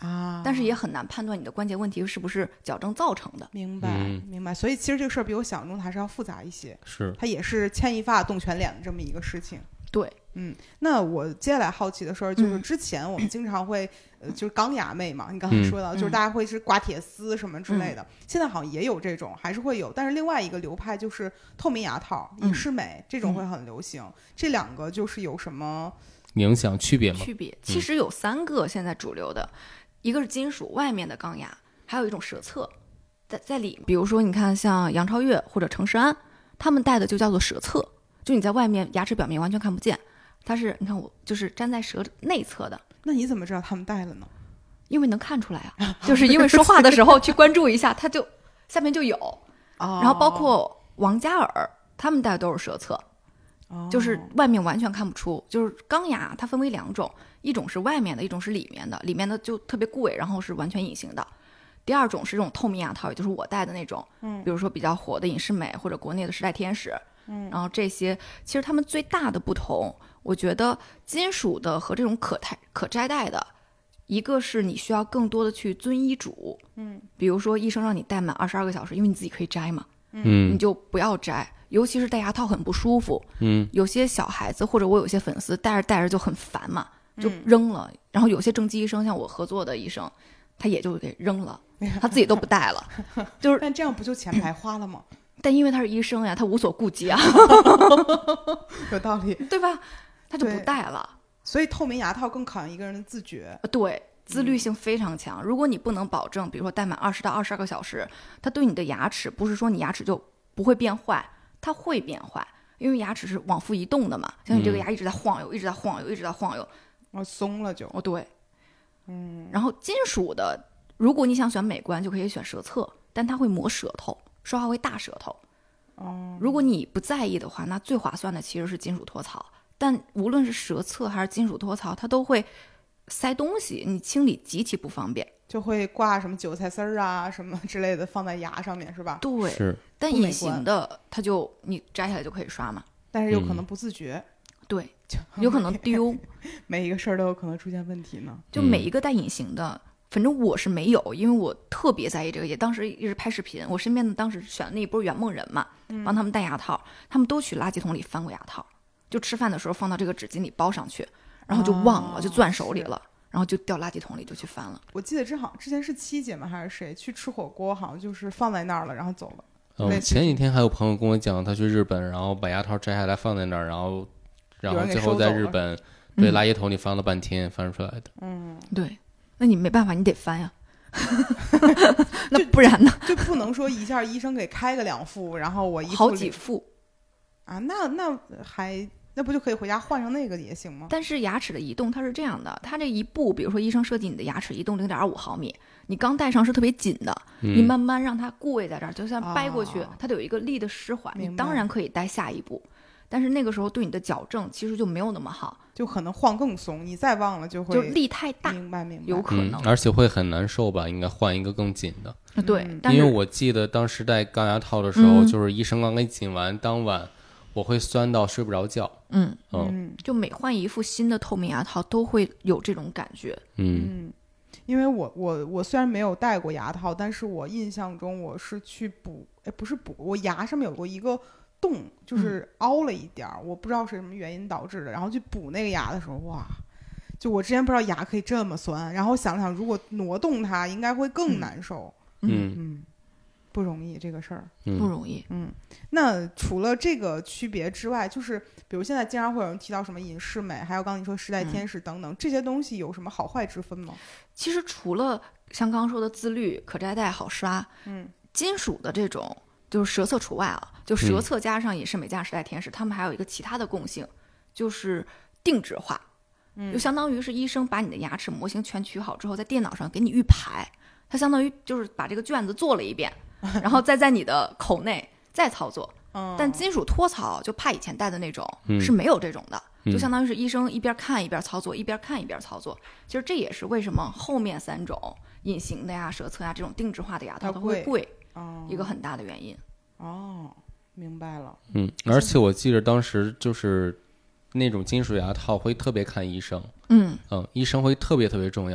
啊，但是也很难判断你的关节问题是不是矫正造成的。 明白、嗯、明白。所以其实这个事儿比我想象中还是要复杂一些， 是它也是牵一发动全脸的这么一个事情。 对， 嗯，那我接下来好奇的事儿就是，之前我们经常会，嗯、呃，就是钢牙妹嘛，你刚才说到， 嗯、 就是大家会是刮铁丝什么之类的、嗯，现在好像也有这种，还是会有，但是另外一个流派就是透明牙套、隐适美、嗯、这种会很流行、嗯。这两个就是有什么影响区别吗？ 区别其实有三个现在主流的，嗯、一个是金属外面的钢牙，还有一种舌侧，在在里，比如说你看像杨超越或者程世安，他们戴的就叫做舌侧。就你在外面牙齿表面完全看不见，它是你看我就是粘在舌内侧的。 那你怎么知道他们戴了呢？ 因为能看出来啊，就是因为说话的时候去关注一下，它就下面就有。哦、然后包括王嘉尔他们戴的都是舌侧、哦，就是外面完全看不出。就是钢牙它分为两种，一种是外面的，一种是里面的。里面的就特别贵，然后是完全隐形的。第二种是这种透明牙套，也就是我戴的那种，嗯，比如说比较火的隐适美或者国内的时代天使。嗯，然后这些其实它们最大的不同，我觉得金属的和这种可摘可摘戴的，一个是你需要更多的去遵医嘱，嗯，比如说医生让你戴满二十二个小时，因为你自己可以摘嘛，嗯，你就不要摘，尤其是戴牙套很不舒服，嗯，有些小孩子或者我有些粉丝戴着戴着就很烦嘛，就扔了，嗯、然后有些正畸医生像我合作的医生，他也就给扔了，他自己都不戴了，就是但这样不就钱白花了吗？ 但因为他是医生呀，他无所顾忌啊， 有道理， 对吧？他就不戴了。 所以透明牙套更考验一个人的自觉， 对，自律性非常强。嗯、如果你不能保证，比如说戴满二十到二十二个小时，它对你的牙齿不是说你牙齿就不会变坏，它会变坏，因为牙齿是往复移动的嘛。像你这个牙一直在晃悠，嗯、一直在晃悠，一直在晃悠， 哦，松了就哦，对，嗯。然后金属的，如果你想选美观，就可以选舌侧，但它会磨舌头。说话会大舌头，哦。如果你不在意的话，那最划算的其实是金属托槽。但无论是舌侧还是金属托槽，它都会塞东西，你清理极其不方便， 就会挂什么韭菜丝儿啊什么之类的放在牙上面，是吧？ 对， 是。 但隐形的，它就你摘下来就可以刷嘛， 但是有可能不自觉， 嗯、对，有可能丢， 每一个事儿都有可能出现问题呢。 就每一个带隐形的。嗯反正我是没有，因为我特别在意这个，也当时一直拍视频，我身边的当时选的那一波圆梦人嘛，嗯、帮他们戴牙套，他们都去垃圾桶里翻过牙套，就吃饭的时候放到这个纸巾里包上去，然后就忘了，哦、就攥手里了，然后就掉垃圾桶里就去翻了。 我记得这好之前是七姐吗还是谁去吃火锅，好像就是放在那儿了，然后走了。 嗯，前几天还有朋友跟我讲，他去日本，然后把牙套摘下来放在那儿，然后然后最后在日本对垃圾桶里翻了半天，嗯、翻出来的。 嗯，对。那你没办法，你得翻呀。那不然呢？ 就不能说一下医生给开个两副，然后我一副好几副啊？那那还那不就可以回家换上那个也行吗？ 但是牙齿的移动它是这样的，它这一步，比如说医生设计你的牙齿移动零点二五毫米，你刚戴上是特别紧的，嗯、你慢慢让它固位在这儿，就像掰过去，哦、它得有一个力的释缓，你当然可以戴下一步。但是那个时候对你的矫正其实就没有那么好， 就可能晃更松，你再忘了就会就力太大， 明白明白， 有可能、 嗯，而且会很难受吧？应该换一个更紧的。 嗯、对， 因为我记得当时戴钢牙套的时候，嗯、就是医生刚给紧完，当晚我会酸到睡不着觉。 嗯嗯，就每换一副新的透明牙套都会有这种感觉。 嗯嗯，因为我我我虽然没有戴过牙套，但是我印象中我是去补，哎，不是补，我牙上面有过一个洞，就是凹了一点儿、嗯、我不知道是什么原因导致的，然后去补那个牙的时候，哇，就我之前不知道牙可以这么酸，然后想想如果挪动它应该会更难受。 嗯嗯，不容易这个事儿， 不容易。 嗯，那除了这个区别之外，就是比如现在经常会有人提到什么隐适美，还有刚刚你说时代天使等等、嗯、这些东西有什么好坏之分吗？ 其实除了像刚刚说的自律、可摘戴、好刷，嗯，金属的这种就是舌侧除外啊，就舌侧加上隐适美加时代天使、嗯、他们还有一个其他的共性，就是定制化。嗯，就相当于是医生把你的牙齿模型全取好之后，在电脑上给你预排，它相当于就是把这个卷子做了一遍，然后再在你的口内再操作。嗯，但金属托槽就怕以前戴的那种、嗯、是没有这种的，就相当于是医生一边看一边操作，一边看一边操作。其实这也是为什么后面三种隐形的呀、舌侧呀这种定制化的牙套它会贵、哦、一个很大的原因。 哦，明白了。 嗯，而且我记得当时就是那种金属牙套会特别看医生。嗯嗯，医生会特别特别重要。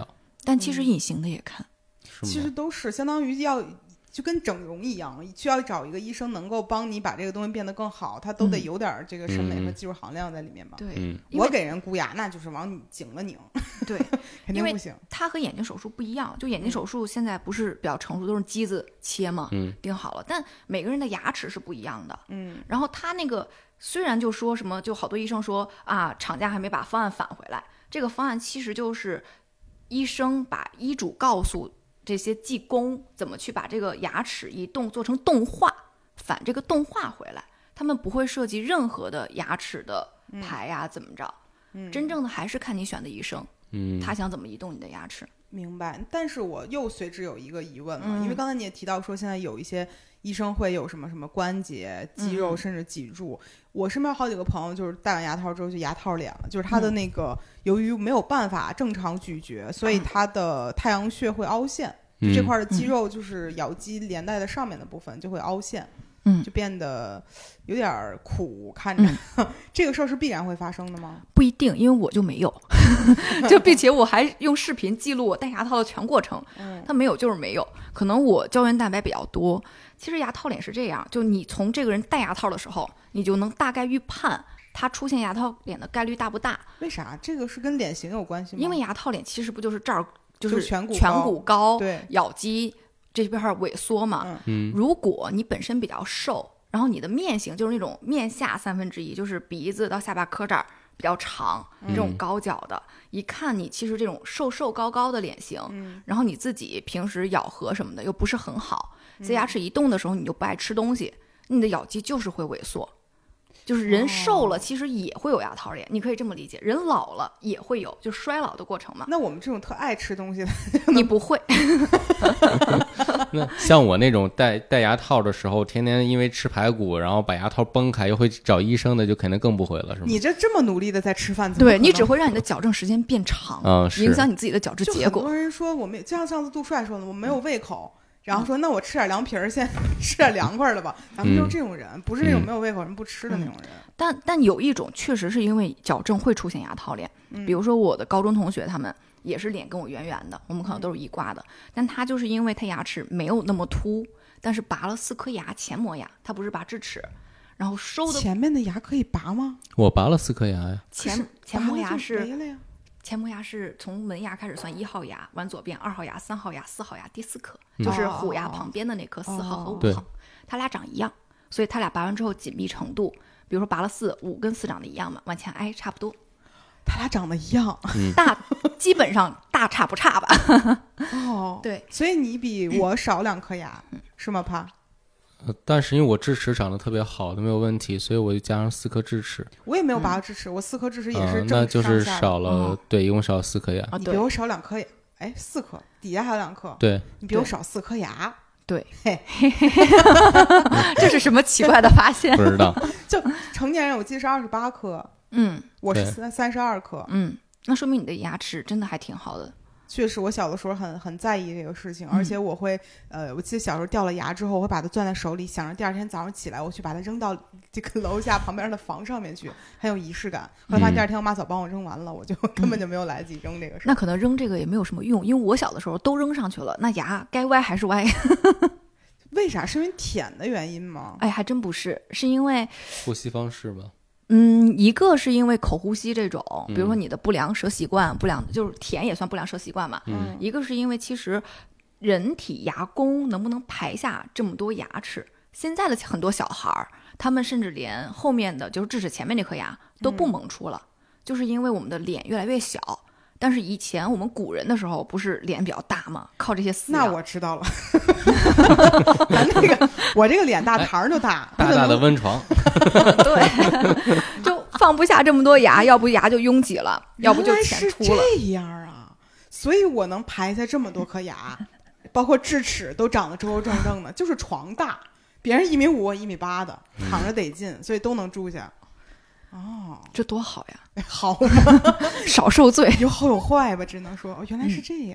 但其实隐形的也看， 嗯、 其实都是相当于要就跟整容一样，需要找一个医生能够帮你把这个东西变得更好，他都得有点这个审美和技术含量在里面吧。 对、 嗯， 我给人箍牙那就是往你紧了拧， 对， 肯定不行。 它和眼睛手术不一样，就眼睛手术现在不是比较成熟，都是机子切嘛， 嗯， 定好了，但每个人的牙齿是不一样的， 嗯， 然后他那个虽然就说什么，就好多医生说啊，厂家还没把方案返回来，这个方案其实就是医生把医嘱告诉这些技工怎么去把这个牙齿移动做成动画，返这个动画回来，他们不会涉及任何的牙齿的排呀、啊嗯、怎么着、嗯，真正的还是看你选的医生，嗯，他想怎么移动你的牙齿。 明白。但是我又随之有一个疑问了、 嗯、 因为刚才你也提到说现在有一些医生会有什么什么关节肌肉、嗯、甚至脊柱，我身边好几个朋友就是戴完牙套之后就牙套脸了，就是他的那个、嗯、由于没有办法正常咀嚼，所以他的太阳穴会凹陷、嗯、这块的肌肉就是咬肌连带的上面的部分就会凹陷，嗯，就变得有点苦看着、嗯、这个事儿是必然会发生的吗？ 不一定，因为我就没有就并且我还用视频记录我戴牙套的全过程，嗯，它没有就是没有，可能我胶原蛋白比较多。其实牙套脸是这样，就你从这个人戴牙套的时候你就能大概预判他出现牙套脸的概率大不大。 为啥？这个是跟脸型有关系吗？ 因为牙套脸其实不就是这儿就是颧骨颧骨高， 对， 咬肌这边萎缩嘛， 嗯， 如果你本身比较瘦，然后你的面型就是那种面下三分之一，就是鼻子到下巴颏这儿比较长，这种高角的、嗯、一看你其实这种瘦瘦高高的脸型、嗯、然后你自己平时咬合什么的又不是很好，在牙齿移动的时候你就不爱吃东西，你的咬肌就是会萎缩。就是人瘦了、哦、其实也会有牙套脸，你可以这么理解，人老了也会有，就衰老的过程嘛。 那我们这种特爱吃东西的你不会那像我那种戴戴牙套的时候天天因为吃排骨然后把牙套崩开又会找医生的，就肯定更不会了，是吗？ 你这这么努力的在吃饭， 对，你只会让你的矫正时间变长、 嗯、 影响你自己的矫治结果。 就很多人说我没，就像上次杜帅说的，我没有胃口、嗯，然后说那我吃点凉皮儿，先吃点凉快的吧。咱们就是这种人、嗯、不是那种没有胃口人不吃的那种人、嗯、 但但有一种确实是因为矫正会出现牙套脸、嗯、比如说我的高中同学他们也是脸跟我圆圆的，我们可能都是一挂的、嗯、但他就是因为他牙齿没有那么凸，但是拔了四颗牙，前磨牙，他不是拔智齿，然后收的前面的牙可以拔吗？ 我拔了四颗牙呀。 前前磨牙是没了呀， 前磨牙是从门牙开始算，一号牙往左边，二号牙、三号牙、四号牙，第四颗、嗯、就是虎牙旁边的那颗、哦、四号和五号，他俩长一样，所以他俩拔完之后紧密程度，比如说拔了四，五跟四长得一样嘛，往前挨差不多。 他俩长得一样， 嗯、 大基本上大差不差吧。 哦， 对， 所以你比我少两颗牙，嗯、是吗？怕？ 呃，但是因为我智齿长得特别好，都没有问题，所以我就加上四颗智齿。 我也没有拔智齿、嗯，我四颗智齿也是正、 呃、那就是少了、 哦， 对，一共少了四颗牙。 你比我少两颗牙，哎，四颗，底下还有两颗。 对， 你比我少四颗牙。 对，嘿，这是什么奇怪的发现？ 不知道。 就成年人，我记得是二十八颗， 嗯， 我是三三十二颗， 嗯，那说明你的牙齿真的还挺好的。 确实，我小的时候很很在意这个事情，而且我会，呃，我记得小时候掉了牙之后，我会把它攥在手里，想着第二天早上起来，我去把它扔到这个楼下旁边的房上面去，很有仪式感。后来发现第二天我妈早帮我扔完了，我就根本就没有来得及扔这个事、 嗯。那可能扔这个也没有什么用，因为我小的时候都扔上去了，那牙该歪还是歪。 为啥？是因为舔的原因吗？ 哎，还真不是，是因为呼吸方式吧。 嗯，一个是因为口呼吸这种，比如说你的不良舌习惯，嗯、不良就是甜也算不良舌习惯嘛。 嗯， 一个是因为其实人体牙弓能不能排下这么多牙齿，现在的很多小孩儿，他们甚至连后面的就是智齿前面那颗牙都不萌出了，嗯、就是因为我们的脸越来越小。但是以前我们古人的时候不是脸比较大吗？靠这些饲料。 那我知道了。咱那个我这个脸大膛就大， 大大的温床。 对，就放不下这么多牙，要不牙就拥挤了，要不就前凸了。 原来是这样啊，所以我能排下这么多颗牙，包括智齿都长得周周正正的，就是床大，别人一米五，一米八的，躺着得劲，所以都能住下。哦， 这多好呀！ 好吗？ 少受罪， 有好有坏吧，只能说哦，原来是这样。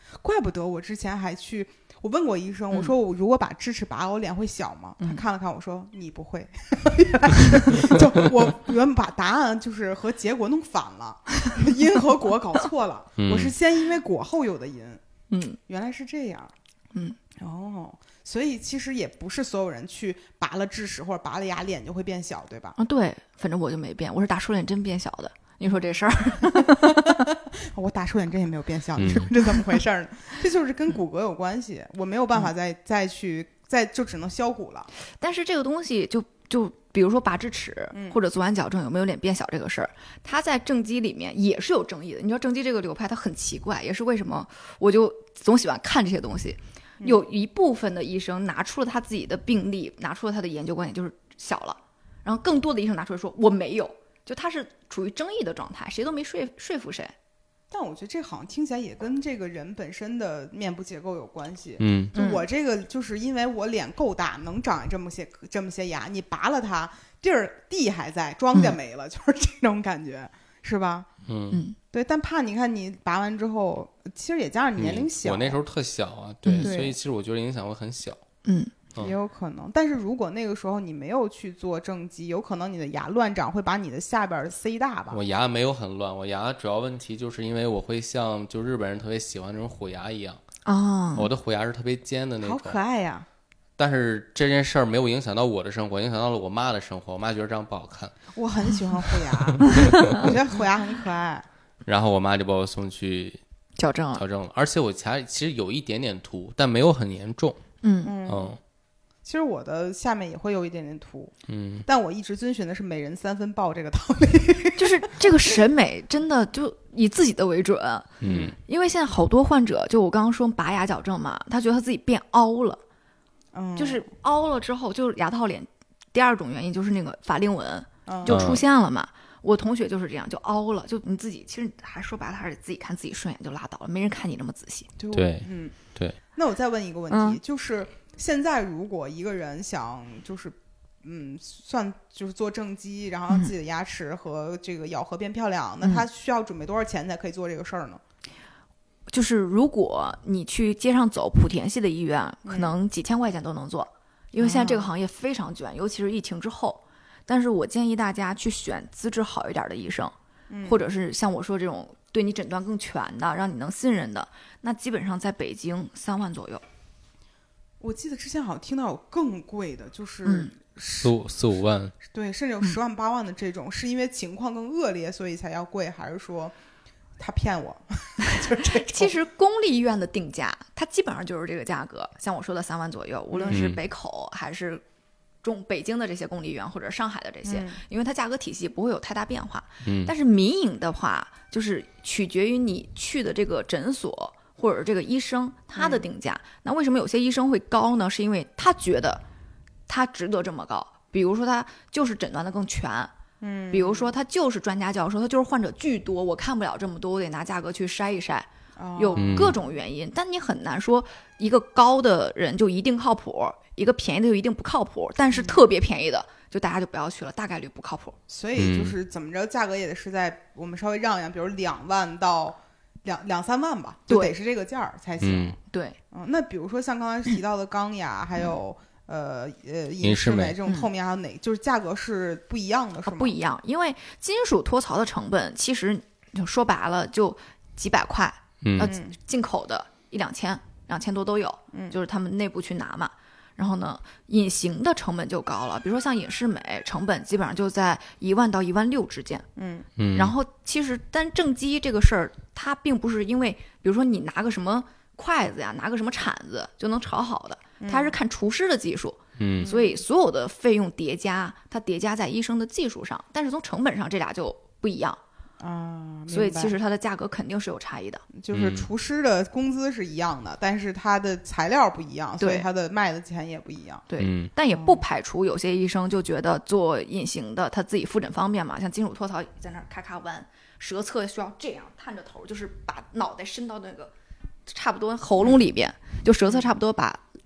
怪不得我之前还去。我问过医生，我说我如果把智齿拔了，我脸会小吗？ 嗯、 他看了看我说你不会。就我原本把答案就是和结果弄反了，因和果搞错了。 嗯、 我是先因为果后有的因。 嗯， 原来是这样。 嗯， 哦，所以其实也不是所有人去拔了智齿或者拔了牙脸就会变小，对吧？ 啊，对，反正我就没变，我是打瘦脸针变小的。你说这事儿， 我打瘦脸针也没有变小，你说这怎么回事呢？这就是跟骨骼有关系，我没有办法再、嗯、再去再就只能削骨了。 但是这个东西就就比如说拔智齿、嗯、或者做完矫正有没有脸变小这个事儿，它在正畸里面也是有争议的。你知道正畸这个流派它很奇怪，也是为什么我就总喜欢看这些东西。有一部分的医生拿出了他自己的病例，拿出了他的研究观点，就是小了，然后更多的医生拿出来说我没有。就他是处于争议的状态，谁都没说说服谁。 但我觉得这好像听起来也跟这个人本身的面部结构有关系。 嗯， 就我这个就是因为我脸够大，能长这么些这么些牙，你拔了它，地儿地还在，庄稼没了，嗯、就是这种感觉，是吧？ 嗯， 对。但怕你看你拔完之后，其实也加上你年龄小、 嗯，我那时候特小啊，对， 嗯、 所以其实我觉得影响会很小。 嗯。 也有可能，但是如果那个时候你没有去做正畸，有可能你的牙乱长会把你的下边塞大吧。 我牙没有很乱，我牙主要问题就是因为我会像就日本人特别喜欢那种虎牙一样啊、哦， 我的虎牙是特别尖的那种， 好可爱呀。 但是这件事儿没有影响到我的生活，影响到了我妈的生活，我妈觉得这样不好看。 我很喜欢虎牙，我觉得虎牙很可爱。 然后我妈就把我送去矫正了， 矫正了，而且我牙其实有一点点凸，但没有很严重。 嗯嗯。嗯其实我的下面也会有一点点凸， 嗯， 但我一直遵循的是每人三分抱这个道理， 就是这个审美真的就以自己的为准， 嗯， 因为现在好多患者，就我刚刚说拔牙矫正嘛，他觉得他自己变凹了， 嗯， 就是凹了之后，就是牙套脸，第二种原因就是那个法令纹就出现了嘛。嗯、我同学就是这样，就凹了，就你自己其实还说白了还是自己看自己顺眼就拉倒了，没人看你那么仔细。 对， 嗯， 对。 那我再问一个问题， 嗯、 就是。现在如果一个人想就是嗯算就是做正畸，然后让自己的牙齿和这个咬合变漂亮、嗯、那他需要准备多少钱才可以做这个事儿呢？ 就是如果你去街上走莆田系的医院、嗯、可能几千块钱都能做，因为现在这个行业非常卷、啊、尤其是疫情之后。但是我建议大家去选资质好一点的医生、嗯、或者是像我说这种对你诊断更全的让你能信任的，那基本上在北京三万左右。 我记得之前好像听到有更贵的，就是四五四五万， 对，甚至有十万八万的这种、嗯，是因为情况更恶劣所以才要贵，还是说他骗我？就这种。 其实公立医院的定价，它基本上就是这个价格，像我说的三万左右，无论是北口还是中北京的这些公立医院或者上海的这些、嗯，因为它价格体系不会有太大变化。 嗯， 但是民营的话，就是取决于你去的这个诊所。或者这个医生他的定价、嗯、那为什么有些医生会高呢？是因为他觉得他值得这么高，比如说他就是诊断的更全， 嗯， 比如说他就是专家教授，他就是患者巨多，我看不了这么多，我得拿价格去筛一筛、哦、有各种原因、嗯、但你很难说一个高的人就一定靠谱，一个便宜的就一定不靠谱，但是特别便宜的、嗯、就大家就不要去了，大概率不靠谱。 所以就是怎么着价格也得是在我们稍微让一让，比如两万到两两三万吧，就得是这个价儿才行。 嗯、 对， 嗯，那比如说像刚才提到的钢牙，还有呃呃隐适美这种透明，还有哪、嗯、就是价格是不一样的，是吗？ 啊、不一样，因为金属脱槽的成本其实就说白了就几百块， 嗯， 呃，进口的一两千，两千多都有， 嗯， 就是他们内部去拿嘛。然后呢，隐形的成本就高了，比如说像隐适美，成本基本上就在一万到一万六之间。 嗯嗯。 然后其实单正畸这个事儿，它并不是因为，比如说你拿个什么筷子呀，拿个什么铲子就能炒好的，它还是看厨师的技术。 嗯。 所以所有的费用叠加，它叠加在医生的技术上，但是从成本上这俩就不一样。 啊， 所以其实它的价格肯定是有差异的， 就是厨师的工资是一样的、嗯、但是它的材料不一样，所以它的卖的钱也不一样。 对、 嗯， 但也不排除有些医生就觉得做隐形的他自己复诊方便嘛，像金属脱槽在那儿咔咔弯，舌侧需要这样探着头，就是把脑袋伸到那个差不多喉咙里边，就舌侧差不多把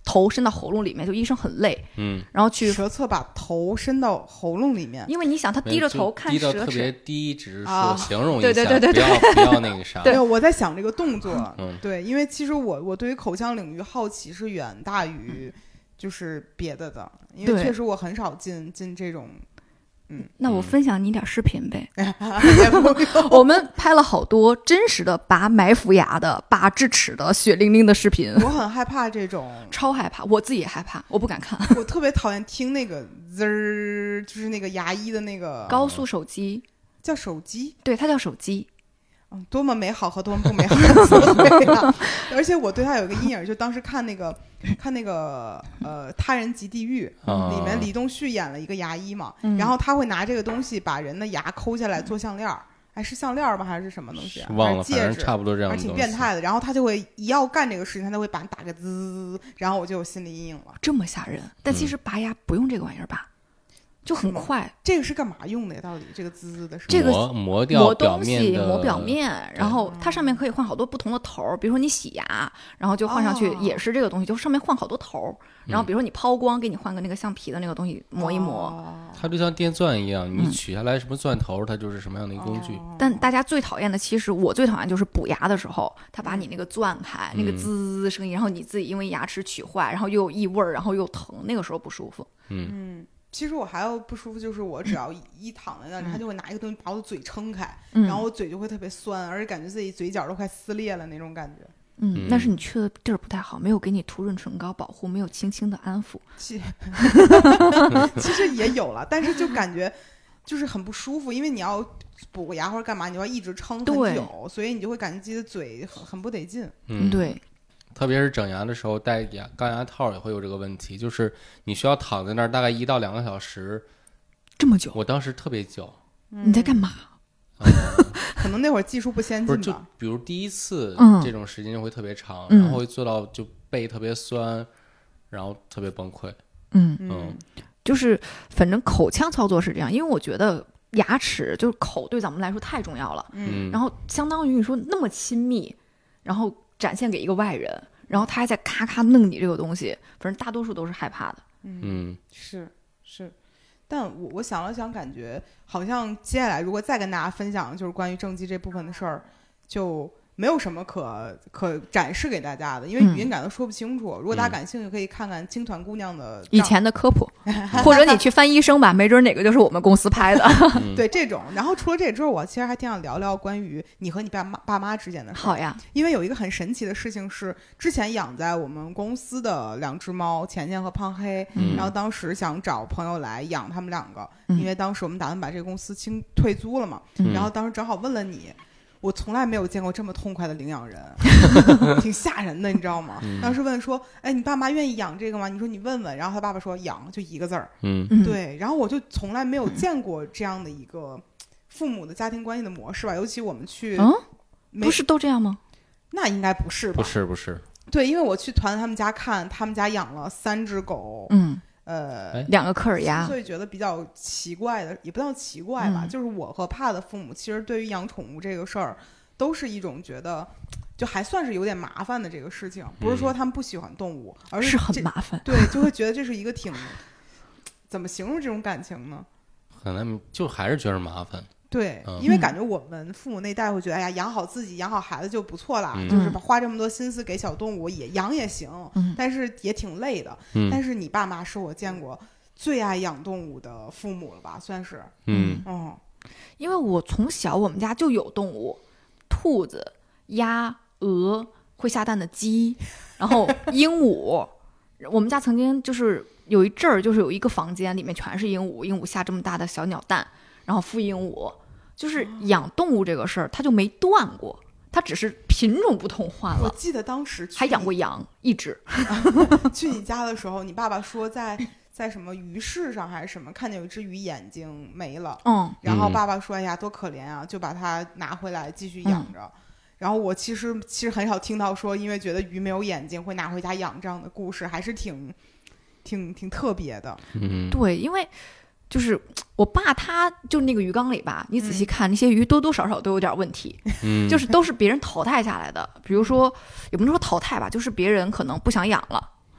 头伸到喉咙里面，就医生很累， 嗯， 然后去舌侧把头伸到喉咙里面， 因为你想他低着头看舌齿， 低到特别低，只是啊说形容一下， 对对对对对不要不要那个啥。 对，我在想这个动作， 嗯， 对，因为其实我我对于口腔领域好奇是远大于就是别的的，因为确实我很少进进这种。嗯， 那我分享你点视频呗。 嗯、 我们拍了好多真实的拔埋伏牙的、拔智齿的、血淋淋的视频。 我很害怕这种， 超害怕，我自己也害怕，我不敢看。 我特别讨厌听那个滋儿，就是那个牙医的那个高速手机， 叫手机， 对，它叫手机。 嗯，多么美好和多么不美好的词汇啊！而且我对他有一个阴影，就当时看那个看那个呃《他人即地狱》 啊里面李东旭演了一个牙医嘛， 嗯、 然后他会拿这个东西把人的牙抠下来做项链儿，哎，是项链吗？还是什么东西啊？ 忘了， 戒指， 反正差不多这样的东西， 挺变态的。然后他就会一要干这个事情，他就会把你打个滋，然后我就有心理阴影了。 这么吓人？但其实拔牙不用这个玩意儿拔。就很快， 这个是干嘛用的呀？到底这个滋滋的是这个磨磨掉表面的磨表面，然后它上面可以换好多不同的头，比如说你洗牙，然后就换上去也是这个东西，哦、就上面换好多头。然后比如说你抛光，给你换个那个橡皮的那个东西磨一磨， 哦、 它就像电钻一样，你取下来什么钻头，它就是什么样的一个工具。 哦、 但大家最讨厌的，其实我最讨厌就是补牙的时候，他把你那个钻开， 嗯、 那个滋声音，然后你自己因为牙齿取坏，然后又有异味，然后又疼，那个时候不舒服。 嗯。 嗯，其实我还要不舒服，就是我只要一,一躺在那里，他就会拿一个东西把我的嘴撑开， 嗯、 然后我嘴就会特别酸，而且感觉自己嘴角都快撕裂了那种感觉。 嗯，那是你去的地儿不太好，没有给你涂润唇膏保护，没有轻轻的安抚。 其其实也有了，但是就感觉就是很不舒服，因为你要补个牙或者干嘛，你要一直撑很久，所以你就会感觉自己的嘴很很不得劲。 嗯， 对。 特别是整牙的时候戴牙钢牙套也会有这个问题，就是你需要躺在那儿大概一到两个小时， 这么久。 我当时特别久。 你在干嘛？ 嗯、可能那会儿技术不先进吧。 不是，就比如第一次这种时间就会特别长， 嗯、 然后会做到就背特别酸，然后特别崩溃。 嗯嗯， 就是反正口腔操作是这样，因为我觉得牙齿就是口对咱们来说太重要了。 嗯， 然后相当于你说那么亲密，然后展现给一个外人，然后他还在咔咔弄你这个东西，反正大多数都是害怕的。 嗯， 是是。但我我想了想，感觉好像接下来如果再跟大家分享就是关于正畸这部分的事儿，就没有什么可可展示给大家的，因为语音感都说不清楚。嗯、如果大家感兴趣，可以看看青团姑娘的以前的科普，或者你去翻医生吧，没准哪个就是我们公司拍的。 对这种，然后除了这之后，我其实还挺想聊聊关于你和你爸妈爸妈之间的事。 好呀， 因为有一个很神奇的事情是，之前养在我们公司的两只猫钱钱和胖黑， 嗯、 然后当时想找朋友来养他们两个， 嗯、 因为当时我们打算把这个公司清退租了嘛， 嗯、 然后当时正好问了你。我从来没有见过这么痛快的领养人，挺吓人的，你知道吗？ 嗯、 当时问说：“哎，你爸妈愿意养这个吗？”你说你问问，然后他爸爸说：“养，就一个字儿。” 嗯， 对。然后我就从来没有见过这样的一个父母的家庭关系的模式吧，尤其我们去， 嗯，不是都这样吗？ 那应该不是吧？ 不是，不是。 对，因为我去团他们家看，他们家养了三只狗， 嗯。 呃， 两个科尔鸭， 所以觉得比较奇怪的，也不叫奇怪吧， 嗯、 就是我和帕的父母，其实对于养宠物这个事儿，都是一种觉得，就还算是有点麻烦的这个事情。不是说他们不喜欢动物，而是是很麻烦。 对，就会觉得这是一个挺，怎么形容这种感情呢？ 可能就还是觉得麻烦。 对， 嗯、 因为感觉我们父母那代会觉得，哎呀，养好自己、养好孩子就不错啦， 嗯、 就是花这么多心思给小动物也养也行， 嗯、 但是也挺累的。 嗯、 但是你爸妈是我见过最爱养动物的父母了吧，算是。 嗯嗯， 因为我从小我们家就有动物，兔子、鸭、鹅，会下蛋的鸡，然后鹦鹉。我们家曾经就是有一阵儿，就是有一个房间里面全是鹦鹉，鹦鹉下这么大的小鸟蛋，然后孵鹦鹉。就是养动物这个事儿，它就没断过，它只是品种不同换了。 我记得当时还养过羊一只。 去你家的时候，你爸爸说在在什么鱼市上还是什么，看见有一只鱼眼睛没了， 嗯， 然后爸爸说：“哎呀，多可怜啊！”就把它拿回来继续养着。嗯、然后我其实其实很少听到说，因为觉得鱼没有眼睛会拿回家养这样的故事，还是挺挺挺特别的。 嗯， 对，因为。就是我爸他就那个鱼缸里吧，你仔细看、嗯、那些鱼多多少少都有点问题， 嗯， 就是都是别人淘汰下来的。比如说也不能说淘汰吧，就是别人可能不想养了，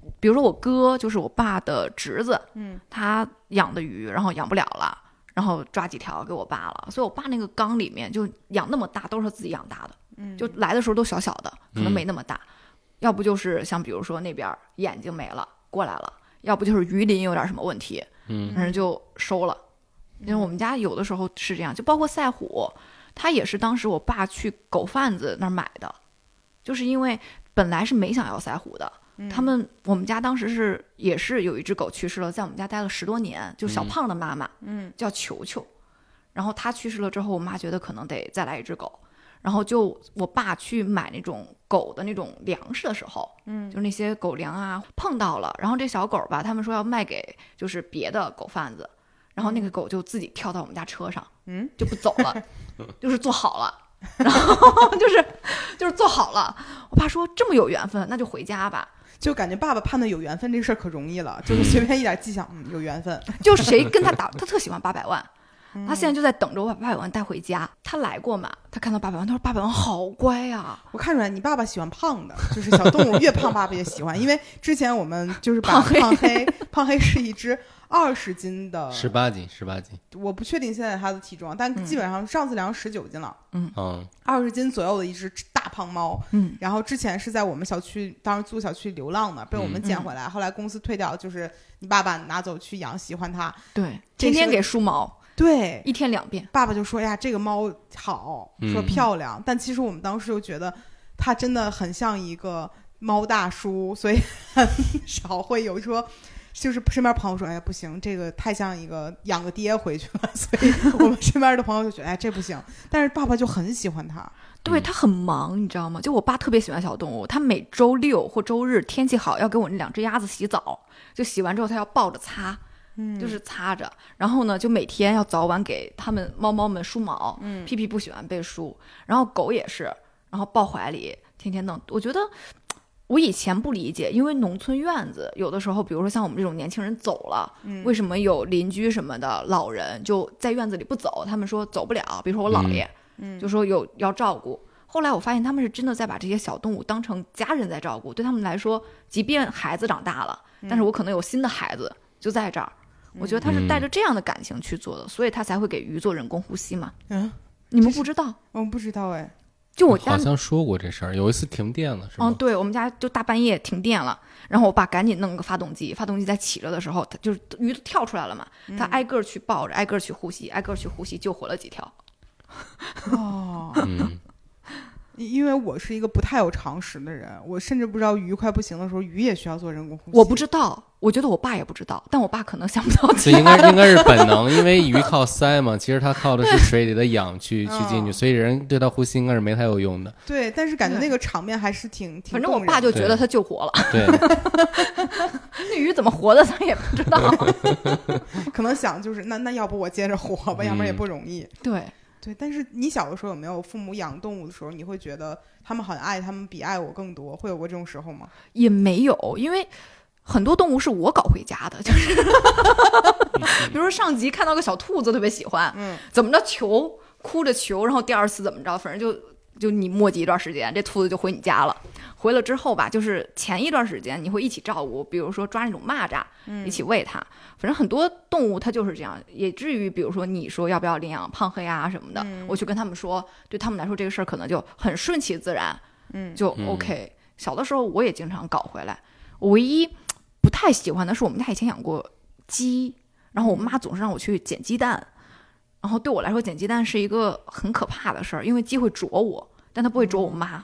比如说我哥就是我爸的侄子， 嗯， 他养的鱼，然后养不了了，然后抓几条给我爸了，所以我爸那个缸里面就养那么大，都是他自己养大的， 嗯， 就来的时候都小小的，可能没那么大，嗯、要不就是像比如说那边眼睛没了过来了，要不就是鱼鳞有点什么问题， 嗯， 反正就收了。因为我们家有的时候是这样，就包括赛虎，它也是当时我爸去狗贩子那儿买的，就是因为本来是没想要赛虎的，嗯、他们我们家当时是也是有一只狗去世了，在我们家待了十多年，就小胖的妈妈， 嗯， 叫球球，然后她去世了之后，我妈觉得可能得再来一只狗，然后就我爸去买那种狗的那种粮食的时候， 嗯， 就那些狗粮啊碰到了，然后这小狗吧，他们说要卖给就是别的狗贩子。然后那个狗就自己跳到我们家车上， 嗯， 就不走了，就是坐好了，然后就是就是坐好了。我爸说这么有缘分，那就回家吧。 就感觉爸爸判断有缘分这事儿可容易了，就是随便一点迹象，嗯，有缘分。 就谁跟他打，他特喜欢八百万，他现在就在等着我把八百万带回家。他来过嘛？他看到八百万，他说八百万好乖呀、啊。 我看出来你爸爸喜欢胖的，就是小动物越胖爸爸越喜欢，因为之前我们就是把胖黑，胖黑是一只。二十斤的， 十八斤，十八斤， 我不确定现在它的体重，但基本上上次量十九斤了， 嗯嗯， 二十斤左右的一只大胖猫， 嗯， 然后之前是在我们小区，当时租小区流浪的，被我们捡回来， 嗯、 后来公司退掉，就是你爸爸拿走去养，喜欢它， 对，天天给梳毛， 对， 一天两遍， 爸爸就说呀，这个猫好，说漂亮，嗯、但其实我们当时就觉得它真的很像一个猫大叔，所以很少会有说。就是身边朋友说，哎，不行，这个太像一个养个爹回去了，所以我们身边的朋友就觉得，哎，这不行。但是爸爸就很喜欢他， 对他很忙，你知道吗？就我爸特别喜欢小动物，他每周六或周日天气好，要给我那两只鸭子洗澡，就洗完之后他要抱着擦，嗯，就是擦着。然后呢，就每天要早晚给他们猫猫们梳毛，嗯，屁屁不喜欢被梳，然后狗也是，然后抱怀里天天弄。我觉得。我以前不理解，因为农村院子有的时候，比如说像我们这种年轻人走了，嗯、为什么有邻居什么的老人就在院子里不走？他们说走不了，比如说我姥爷，嗯、就说有要照顾。后来我发现他们是真的在把这些小动物当成家人在照顾，对他们来说，即便孩子长大了，但是我可能有新的孩子就在这儿，嗯、我觉得他是带着这样的感情去做的，所以他才会给鱼做人工呼吸嘛。 嗯， 你们不知道？ 我不知道哎。 就我家好像说过这事儿，有一次停电了，是吗？ 嗯，对，我们家就大半夜停电了，然后我爸赶紧弄个发动机，发动机在起着的时候，他就是鱼都跳出来了嘛，嗯、他挨个去抱着，挨个去呼吸，挨个去呼吸，救活了几条。 哦， 嗯。 因为我是一个不太有常识的人，我甚至不知道鱼快不行的时候，鱼也需要做人工呼吸。 我不知道，我觉得我爸也不知道，但我爸可能想不到这应该应该是本能，因为鱼靠鳃嘛，其实它靠的是水里的氧去去进去，所以人对它呼吸应该是没太有用的。 对，但是感觉那个场面还是挺挺。 反正我爸就觉得他救活了。 对， 那鱼怎么活的，他也不知道。 可能想就是那那要不我接着活吧，嗯、要不然也不容易。 对。 对，但是你小的时候有没有父母养动物的时候，你会觉得他们好像爱他们比爱我更多，会有过这种时候吗？ 也没有，因为很多动物是我搞回家的，就是比如说上集看到个小兔子特别喜欢，嗯，怎么着求哭着求，然后第二次怎么着，反正就就你磨叽一段时间，这兔子就回你家了。回了之后吧，就是前一段时间你会一起照顾，比如说抓那种蚂蚱，嗯，一起喂它。反正很多动物它就是这样，也至于比如说你说要不要领养胖黑啊什么的，嗯、我去跟他们说，对他们来说这个事儿可能就很顺其自然，嗯，就 OK。嗯、小的时候我也经常搞回来，我唯一不太喜欢的是我们家以前养过鸡，然后我妈总是让我去捡鸡蛋，然后对我来说捡鸡蛋是一个很可怕的事儿，因为鸡会啄我。但它不会啄我妈，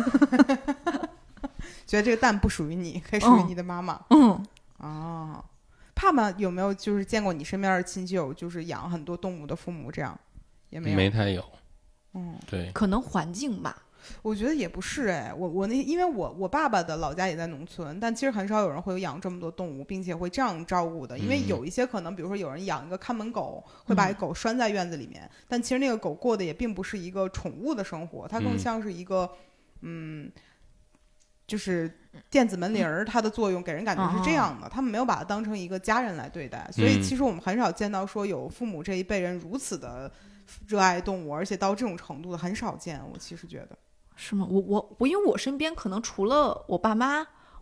觉得这个蛋不属于你，可以属于你的妈妈。 嗯， 哦，爸爸有没有就是见过你身边的亲戚有就是养很多动物的父母这样？也没有， 没太有。 嗯， 对， 可能环境吧。 我觉得也不是哎，我我那因为我我爸爸的老家也在农村，但其实很少有人会有养这么多动物，并且会这样照顾的。因为有一些可能，比如说有人养一个看门狗，会把狗拴在院子里面，嗯、但其实那个狗过的也并不是一个宠物的生活，它更像是一个嗯，就是电子门铃儿，它的作用给人感觉是这样的。他们没有把它当成一个家人来对待，所以其实我们很少见到说有父母这一辈人如此的热爱动物，而且到这种程度的很少见。我其实觉得。 是吗？我我我，因为我身边可能除了我爸妈，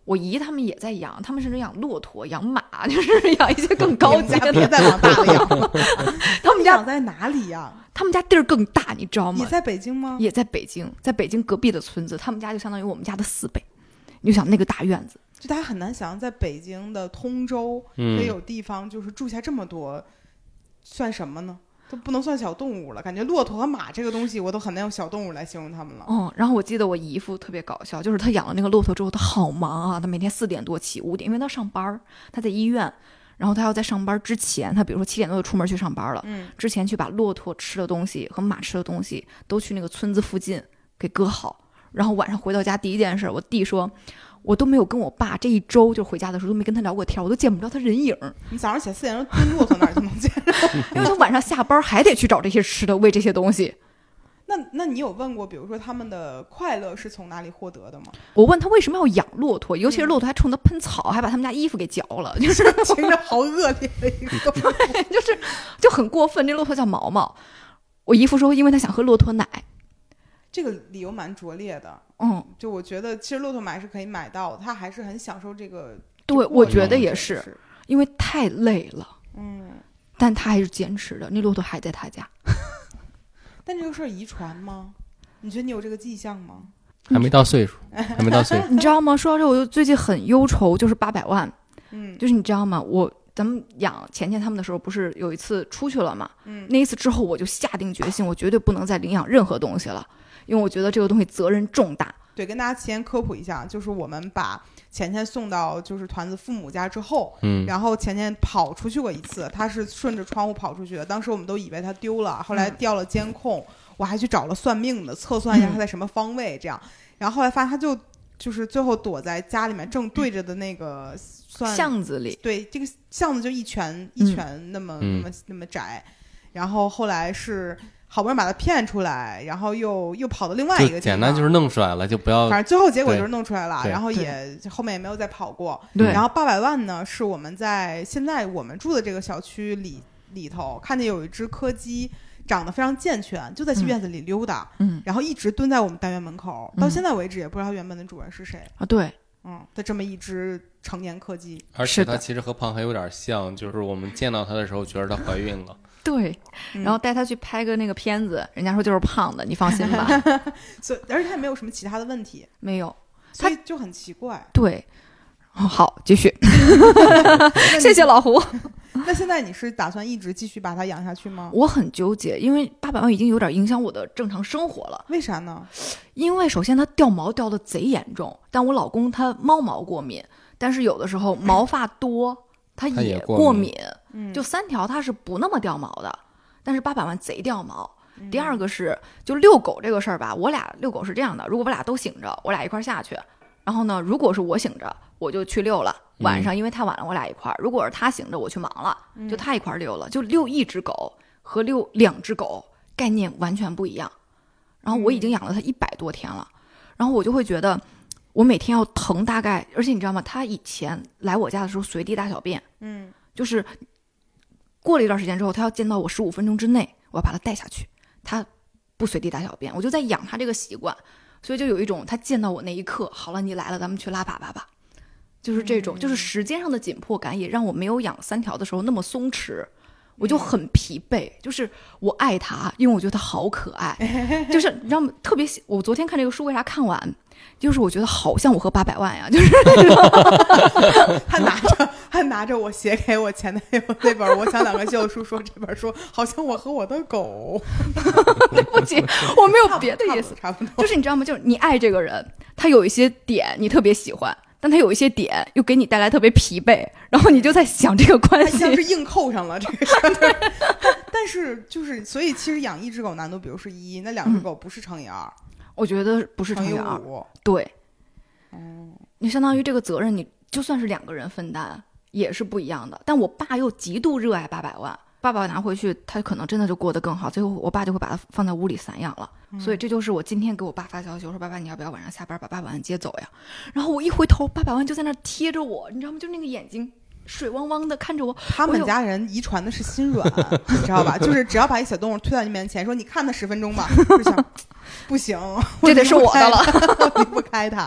我姨他们也在养，他们甚至养骆驼、养马，就是养一些更高级的。 别再往大了养了。 他们家养在哪里呀？ 他们家地儿更大，你知道吗？ 也在北京吗？ 也在北京，在北京隔壁的村子，他们家就相当于我们家的四倍。你就想那个大院子， 就大家很难想象，在北京的通州可以有地方就是住下这么多，嗯、算什么呢？都不能算小动物了，感觉骆驼和马这个东西我都很难用小动物来形容它们了。 哦，然后我记得我姨夫特别搞笑，就是他养了那个骆驼之后，他好忙啊，他每天四点多起，五点，因为他上班，他在医院，然后他要在上班之前，他比如说七点多就出门去上班了， 嗯， 之前去把骆驼吃的东西和马吃的东西都去那个村子附近给割好，然后晚上回到家第一件事，我弟说。我都没有跟我爸这一周就回家的时候都没跟他聊过天，我都见不着他人影。 你早上起来四点钟蹲骆驼哪儿就能见着？ 因为他晚上下班还得去找这些吃的，喂这些东西。 那那你有问过，比如说他们的快乐是从哪里获得的吗？ 我问他为什么要养骆驼，尤其是骆驼还冲他喷草，还把他们家衣服给嚼了，就是听着好恶劣的一个， 就是就很过分。这骆驼叫毛毛，我姨夫说，因为他想喝骆驼奶。 这个理由蛮拙劣的， 嗯， 就我觉得其实骆驼奶是可以买到的，他还是很享受这个。 对，我觉得也是，因为太累了， 嗯， 但他还是坚持的，那骆驼还在他家。 但这个事儿遗传吗？你觉得你有这个迹象吗？ 还没到岁数，还没到岁数。 你知道吗？说到这，我就最近很忧愁，就是八百万， 嗯， 就是你知道吗？我。咱们养钱钱他们的时候，不是有一次出去了嘛？ 嗯， 那一次之后，我就下定决心，我绝对不能再领养任何东西了，因为我觉得这个东西责任重大。 对，跟大家提前科普一下，就是我们把钱钱送到就是团子父母家之后， 嗯， 然后钱钱跑出去过一次，他是顺着窗户跑出去的，当时我们都以为他丢了，后来调了监控，嗯、我还去找了算命的，测算一下他在什么方位，这样，嗯、然后后来发现他就就是最后躲在家里面正对着的那个。算巷子里， 对，这个巷子就一拳一拳那么、 嗯、 那么那么窄，然后后来是好不容易把他骗出来，然后又又跑到另外一个地方， 简单就是弄出来了，就不要， 反正最后结果就是弄出来了，然后也后面也没有再跑过。 对， 然后八百万呢，是我们在现在我们住的这个小区里里头看见有一只柯基。长得非常健全，就在院子里溜达， 嗯， 然后一直蹲在我们单元门口，嗯、到现在为止也不知道原本的主人是谁啊。对， 嗯，的这么一只成年柯基， 而且它其实和胖黑有点像，就是我们见到它的时候觉得它怀孕了。 对，然后带它去拍个那个片子，人家说就是胖的，你放心吧。 所以，而且它也没有什么其他的问题， 没有， 所以就很奇怪。 对，哦、好，继续，谢谢老胡。 那现在你是打算一直继续把它养下去吗？ 我很纠结，因为八百万已经有点影响我的正常生活了。 为啥呢？ 因为首先它掉毛掉的贼严重，但我老公他猫毛过敏，但是有的时候毛发多他也过敏， 嗯、 就三条它是不那么掉毛的，但是八百万贼掉毛。嗯、第二个是就遛狗这个事儿吧，我俩遛狗是这样的，如果我俩都醒着，我俩一块下去，然后呢，如果是我醒着，我就去遛了。晚上因为太晚了，我俩一块儿。如果是他醒着，我去忙了，就他一块儿遛了。就遛一只狗和遛两只狗概念完全不一样。然后我已经养了它一百多天了，然后我就会觉得我每天要腾大概，而且你知道吗？他以前来我家的时候随地大小便， 嗯， 就是过了一段时间之后，他要见到我十五分钟之内，我要把它带下去，他不随地大小便，我就在养他这个习惯，所以就有一种他见到我那一刻，好了，你来了，咱们去拉粑粑吧。就是这种，就是时间上的紧迫感，也让我没有养三条的时候那么松弛，我就很疲惫。就是我爱它，因为我觉得它好可爱。就是你知道吗？特别喜，我昨天看这个书，为啥看完？就是我觉得好像我和八百万呀，就是他拿着他拿着我写给我前男友那本我想两个旧书，说这本书好像我和我的狗。 对不起，我没有别的意思， 差不多。 就是你知道吗？就是你爱这个人，他有一些点你特别喜欢。但它有一些点又给你带来特别疲惫，然后你就在想这个关系， 像是硬扣上了这个事儿。但是就是，所以其实养一只狗难度，比如是一，那两只狗不是乘以二、嗯， 我觉得不是乘以二，对， 嗯， 你相当于这个责任，你就算是两个人分担也是不一样的。但我爸又极度热爱八百万。爸爸拿回去，他可能真的就过得更好。最后，我爸就会把它放在屋里散养了。嗯、所以这就是我今天给我爸发消息，我说：“爸爸，你要不要晚上下班把八百万接走呀？”然后我一回头，八百万就在那贴着我，你知道吗？就那个眼睛水汪汪的看着我。 他们家人遗传的是心软，你知道吧？就是只要把一小动物推到你面前，说：“你看它十分钟吧。”就想不行， 这得是我的了， 离不开它。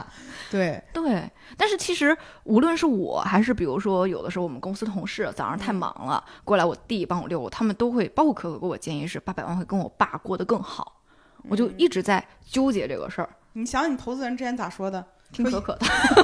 对对，但是其实无论是我还是比如说有的时候我们公司同事早上太忙了、嗯、过来我弟帮我遛，他们都会包括可可给我建议是八百万会跟我爸过得更好、嗯、我就一直在纠结这个事儿。 你想你投资人之前咋说的？ 听可可的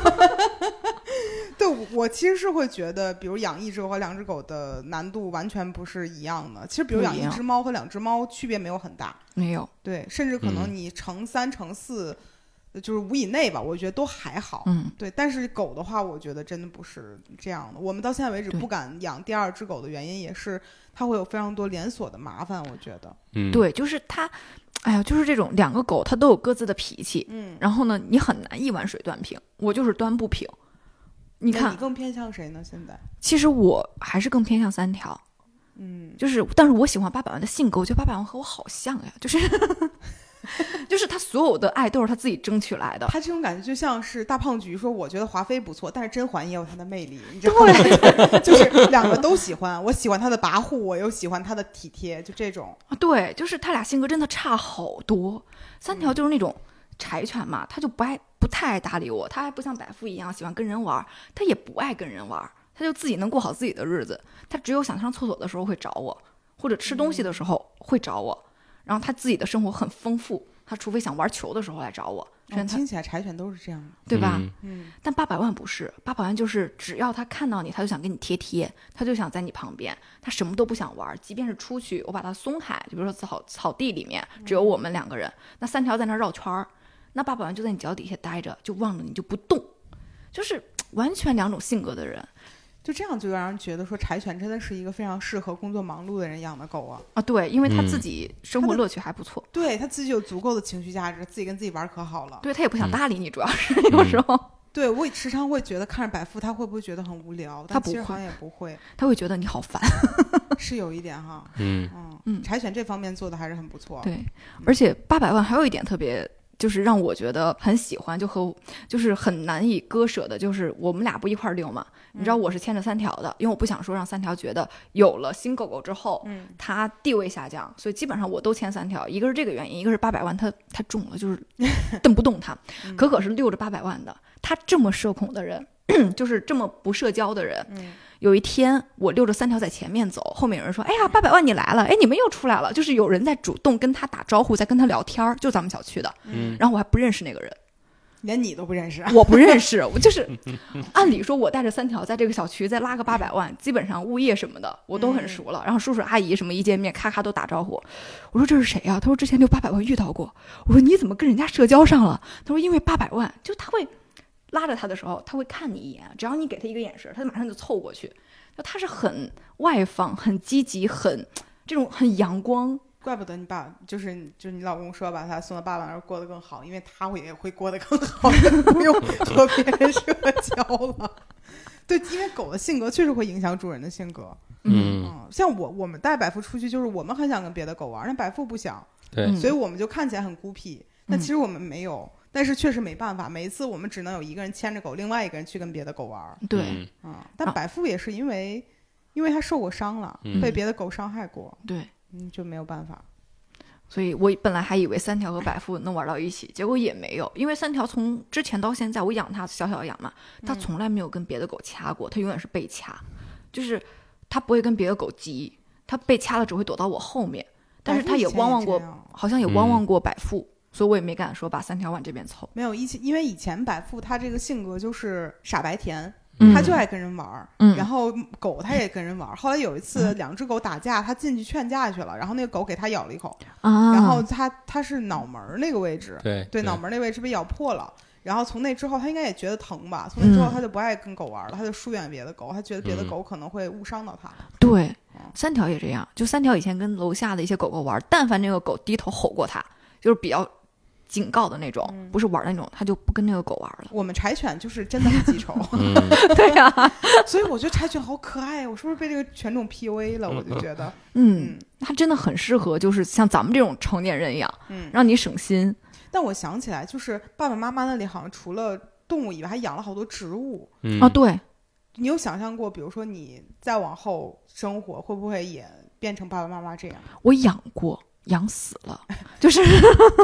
对，我其实是会觉得比如养一只狗和两只狗的难度完全不是一样的。其实比如养一只猫和两只猫区别没有很大， 没有， 对，甚至可能你乘三乘四就是五以内吧，我觉得都还好。 嗯， 对。但是狗的话我觉得真的不是这样的，我们到现在为止不敢养第二只狗的原因也是它会有非常多连锁的麻烦，我觉得。 嗯， 对，就是它哎呀，就是这种两个狗它都有各自的脾气， 嗯， 然后呢你很难一碗水端平，我就是端不平。你看你更偏向谁呢？现在其实我还是更偏向三条， 嗯， 就是但是我喜欢八百万的性格，我觉得八百万和我好像呀，就是就是他所有的爱都是他自己争取来的。 他这种感觉就像是大胖菊说我觉得华妃不错，但是甄嬛也有她的魅力，你知道吗？对就是两个都喜欢，我喜欢她的跋扈，我又喜欢她的体贴，就这种。 对，就是他俩性格真的差好多。三条就是那种柴犬嘛，他就不爱不太爱搭理我，他还不像百富一样喜欢跟人玩，他也不爱跟人玩，他就自己能过好自己的日子。他只有想上厕所的时候会找我，或者吃东西的时候会找我，然后他自己的生活很丰富，他除非想玩球的时候来找我。 哦、听起来柴犬都是这样的， 对吧？ 嗯。 但八百万不是，八百万就是只要他看到你，他就想跟你贴贴，他就想在你旁边，他什么都不想玩。即便是出去，我把他松开，就比如说草草地里面只有我们两个人，那三条在那绕圈儿，那八百万就在你脚底下待着，就望着你就不动，就是完全两种性格的人。 就这样就让人觉得说柴犬真的是一个非常适合工作忙碌的人养的狗啊！ 啊，对，因为他自己生活乐趣还不错， 嗯、对他自己有足够的情绪价值，自己跟自己玩可好了。 对他也不想搭理你，嗯、主要是有时候。 对，我时常会觉得看着百富，他会不会觉得很无聊？ 他不会， 好像也不会， 他会觉得你好烦。 是有一点哈， 嗯嗯嗯，柴犬这方面做的还是很不错。 对，而且八百万还有一点特别。就是让我觉得很喜欢，就和就是很难以割舍的，就是我们俩不一块遛嘛。你知道我是牵着三条的，因为我不想说让三条觉得有了新狗狗之后，嗯，它地位下降，所以基本上我都牵三条。一个是这个原因，一个是八百万它太重了，就是蹬不动它。可可是遛着八百万的，他这么社恐的人，就是这么不社交的人。 嗯有一天我遛着三条在前面走，后面有人说哎呀八百万你来了，哎你们又出来了，就是有人在主动跟他打招呼，在跟他聊天，就咱们小区的， 嗯， 然后我还不认识那个人， 连你都不认识。 我不认识，我就是按理说我带着三条在这个小区再拉个八百万，基本上物业什么的我都很熟了，然后叔叔阿姨什么一见面咔咔都打招呼。我说这是谁呀？他说之前遛八百万遇到过。我说你怎么跟人家社交上了？他说因为八百万，就他会拉着他的时候他会看你一眼，只要你给他一个眼神他马上就凑过去，就他是很外放很积极很这种很阳光。 怪不得你爸就是就是你老公说把他送到爸爸那儿过得更好，因为他会也会过得更好，不用和别人社交了。对，因为狗的性格确实会影响主人的性格。 嗯, 嗯像我我们带百富出去，就是我们很想跟别的狗玩，但百富不想， 对， 所以我们就看起来很孤僻。但其实我们没有，嗯、但是确实没办法，每一次我们只能有一个人牵着狗，另外一个人去跟别的狗玩。 对， 嗯，但百富也是因为，因为他受过伤了， 嗯、 被别的狗伤害过， 对， 嗯，就没有办法。 所以我本来还以为三条和百富能玩到一起，结果也没有，因为三条从之前到现在，我养它小小养嘛，它从来没有跟别的狗掐过，它永远是被掐，就是它不会跟别的狗急，它被掐了只会躲到我后面，但是它也汪汪过，好像也汪汪过百富。嗯，所以我也没敢说把三条往这边凑。 没有，以前因为以前百富他这个性格就是傻白甜， 嗯、 他就爱跟人玩， 嗯， 然后狗他也跟人玩。后来有一次两只狗打架，他进去劝架去了，然后那个狗给他咬了一口， 啊， 然后他他是脑门那个位置， 对对，脑门那位置被咬破了。然后从那之后他应该也觉得疼吧，从那之后他就不爱跟狗玩了，嗯、他就疏远别的狗，他觉得别的狗可能会误伤到他。 嗯、对，三条也这样，就三条以前跟楼下的一些狗狗玩，但凡那个狗低头吼过他，就是比较警告的那种，嗯、不是玩那种，他就不跟那个狗玩了。 我们柴犬就是真的很记仇， 嗯、 对呀、啊， 所以我觉得柴犬好可爱，我是不是被这个犬种 P U A 了？我就觉得， 嗯，它真的很适合，就是像咱们这种成年人养， 嗯， 让你省心。 但我想起来，就是爸爸妈妈那里好像除了动物以外，还养了好多植物。 嗯啊，对， 你有想象过，比如说你再往后生活，会不会也变成爸爸妈妈这样？ 我养过。养死了，就是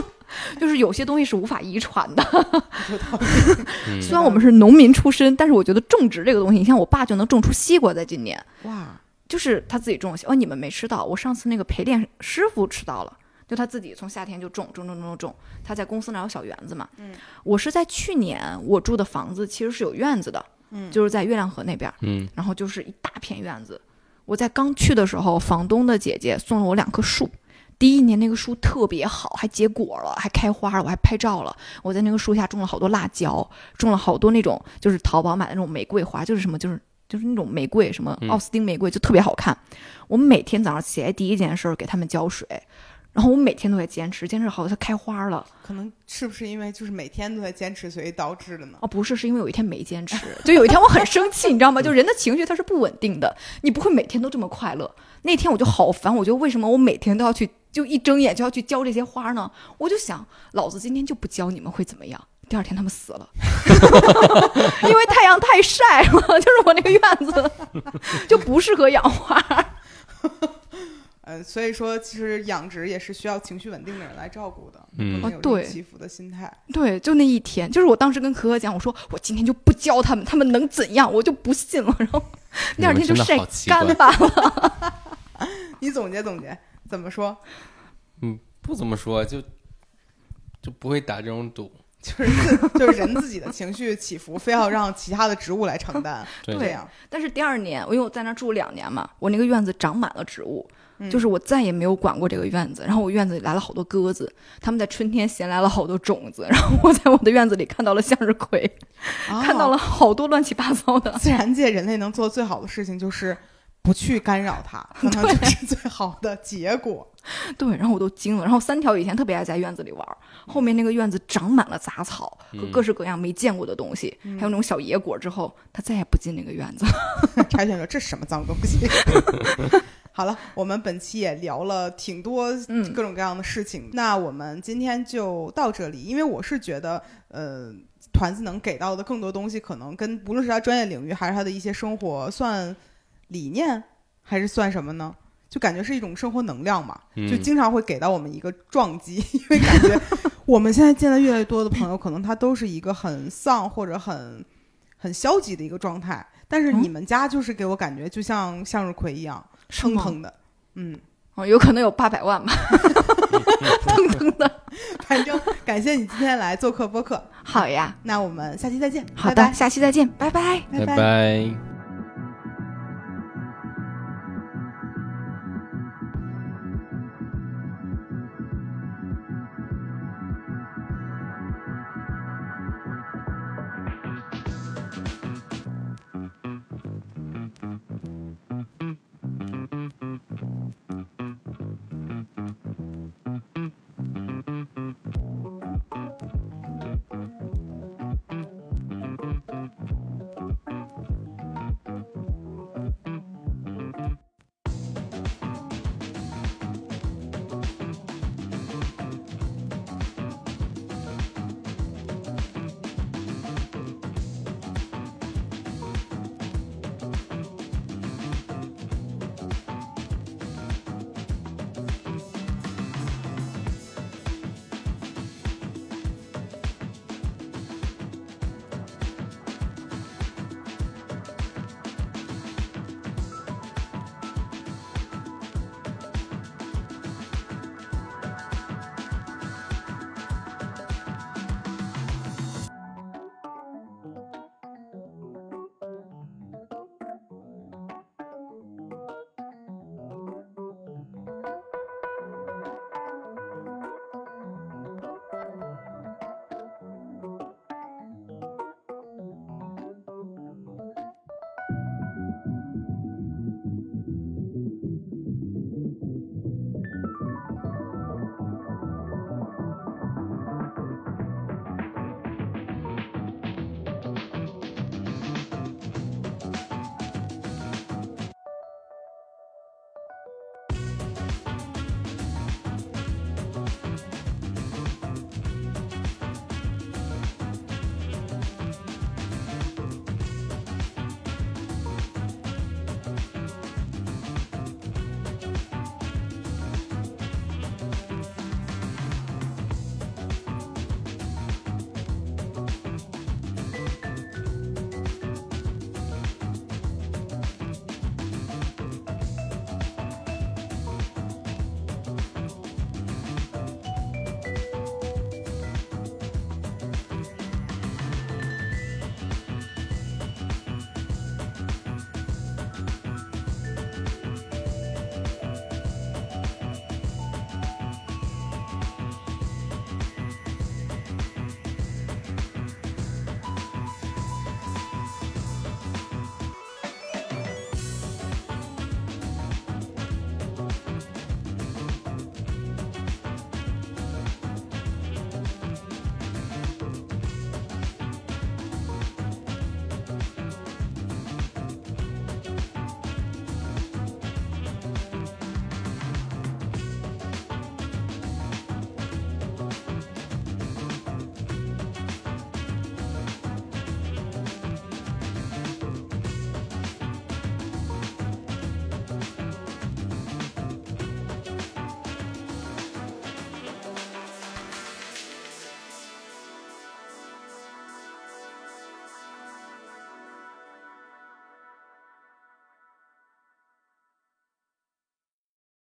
就是有些东西是无法遗传的。虽然我们是农民出身，但是我觉得种植这个东西，你像我爸就能种出西瓜在今年， 哇， 就是他自己种的。哦，你们没吃到，我上次那个陪练师傅吃到了。就他自己从夏天就种种种种种，他在公司那有小园子嘛。 嗯， 我是在去年我住的房子其实是有院子的， 嗯， 就是在月亮河那边， 嗯， 然后就是一大片院子。我在刚去的时候，房东的姐姐送了我两棵树，第一年那个树特别好，还结果了，还开花了，我还拍照了。我在那个树下种了好多辣椒，种了好多那种就是淘宝买的那种玫瑰花，就是什么就是就是那种玫瑰，什么奥斯汀玫瑰，就特别好看。我每天早上起来第一件事给他们浇水。然后我每天都在坚持，坚持好，它开花了。 可能是不是因为就是每天都在坚持，所以导致的呢？ 哦，不是，是因为有一天没坚持。就有一天我很生气，你知道吗？就人的情绪它是不稳定的，你不会每天都这么快乐。那天我就好烦，我觉得为什么我每天都要去，就一睁眼就要去浇这些花呢？我就想，老子今天就不浇，你们会怎么样？第二天他们死了，因为太阳太晒了，就是我那个院子就不适合养花。 嗯，所以说其实养殖也是需要情绪稳定的人来照顾的， 嗯， 不能有这种起伏的心态。 对，就那一天，就是我当时跟可可讲，我说我今天就不教他们，他们能怎样？我就不信了。然后第二天就晒干巴了。 你总结总结，怎么说？ 嗯，不怎么说，就就不会打这种赌。 就是就是人自己的情绪起伏，非要让其他的植物来承担， 对这样。 但是第二年，因为我在那住两年嘛，我那个院子长满了植物。 嗯、 就是我再也没有管过这个院子，然后我院子里来了好多鸽子，他们在春天衔来了好多种子，然后我在我的院子里看到了向日葵，哦、看到了好多乱七八糟的。 自然界人类能做最好的事情就是不去干扰它，可能就是最好的结果。 对，然后我都惊了。然后三条以前特别爱在院子里玩，后面那个院子长满了杂草和各式各样没见过的东西，嗯、还有那种小野果。之后他再也不进那个院子。 柴犬说：“这什么脏东西？”好了，我们本期也聊了挺多各种各样的事情，嗯、那我们今天就到这里。因为我是觉得，呃，团子能给到的更多东西，可能跟无论是他专业领域，还是他的一些生活算理念，还是算什么呢？就感觉是一种生活能量嘛，就经常会给到我们一个撞击，因为感觉我们现在见的越来越多的朋友，可能他都是一个很丧或者很很消极的一个状态，但是你们家就是给我感觉就像向日葵一样腾腾的，嗯， 哦，有可能有八百万吧，腾腾的。 反正感谢你今天来做客播客， 好呀， 那我们下期再见。 好的，拜拜，下期再见，拜拜， 拜拜。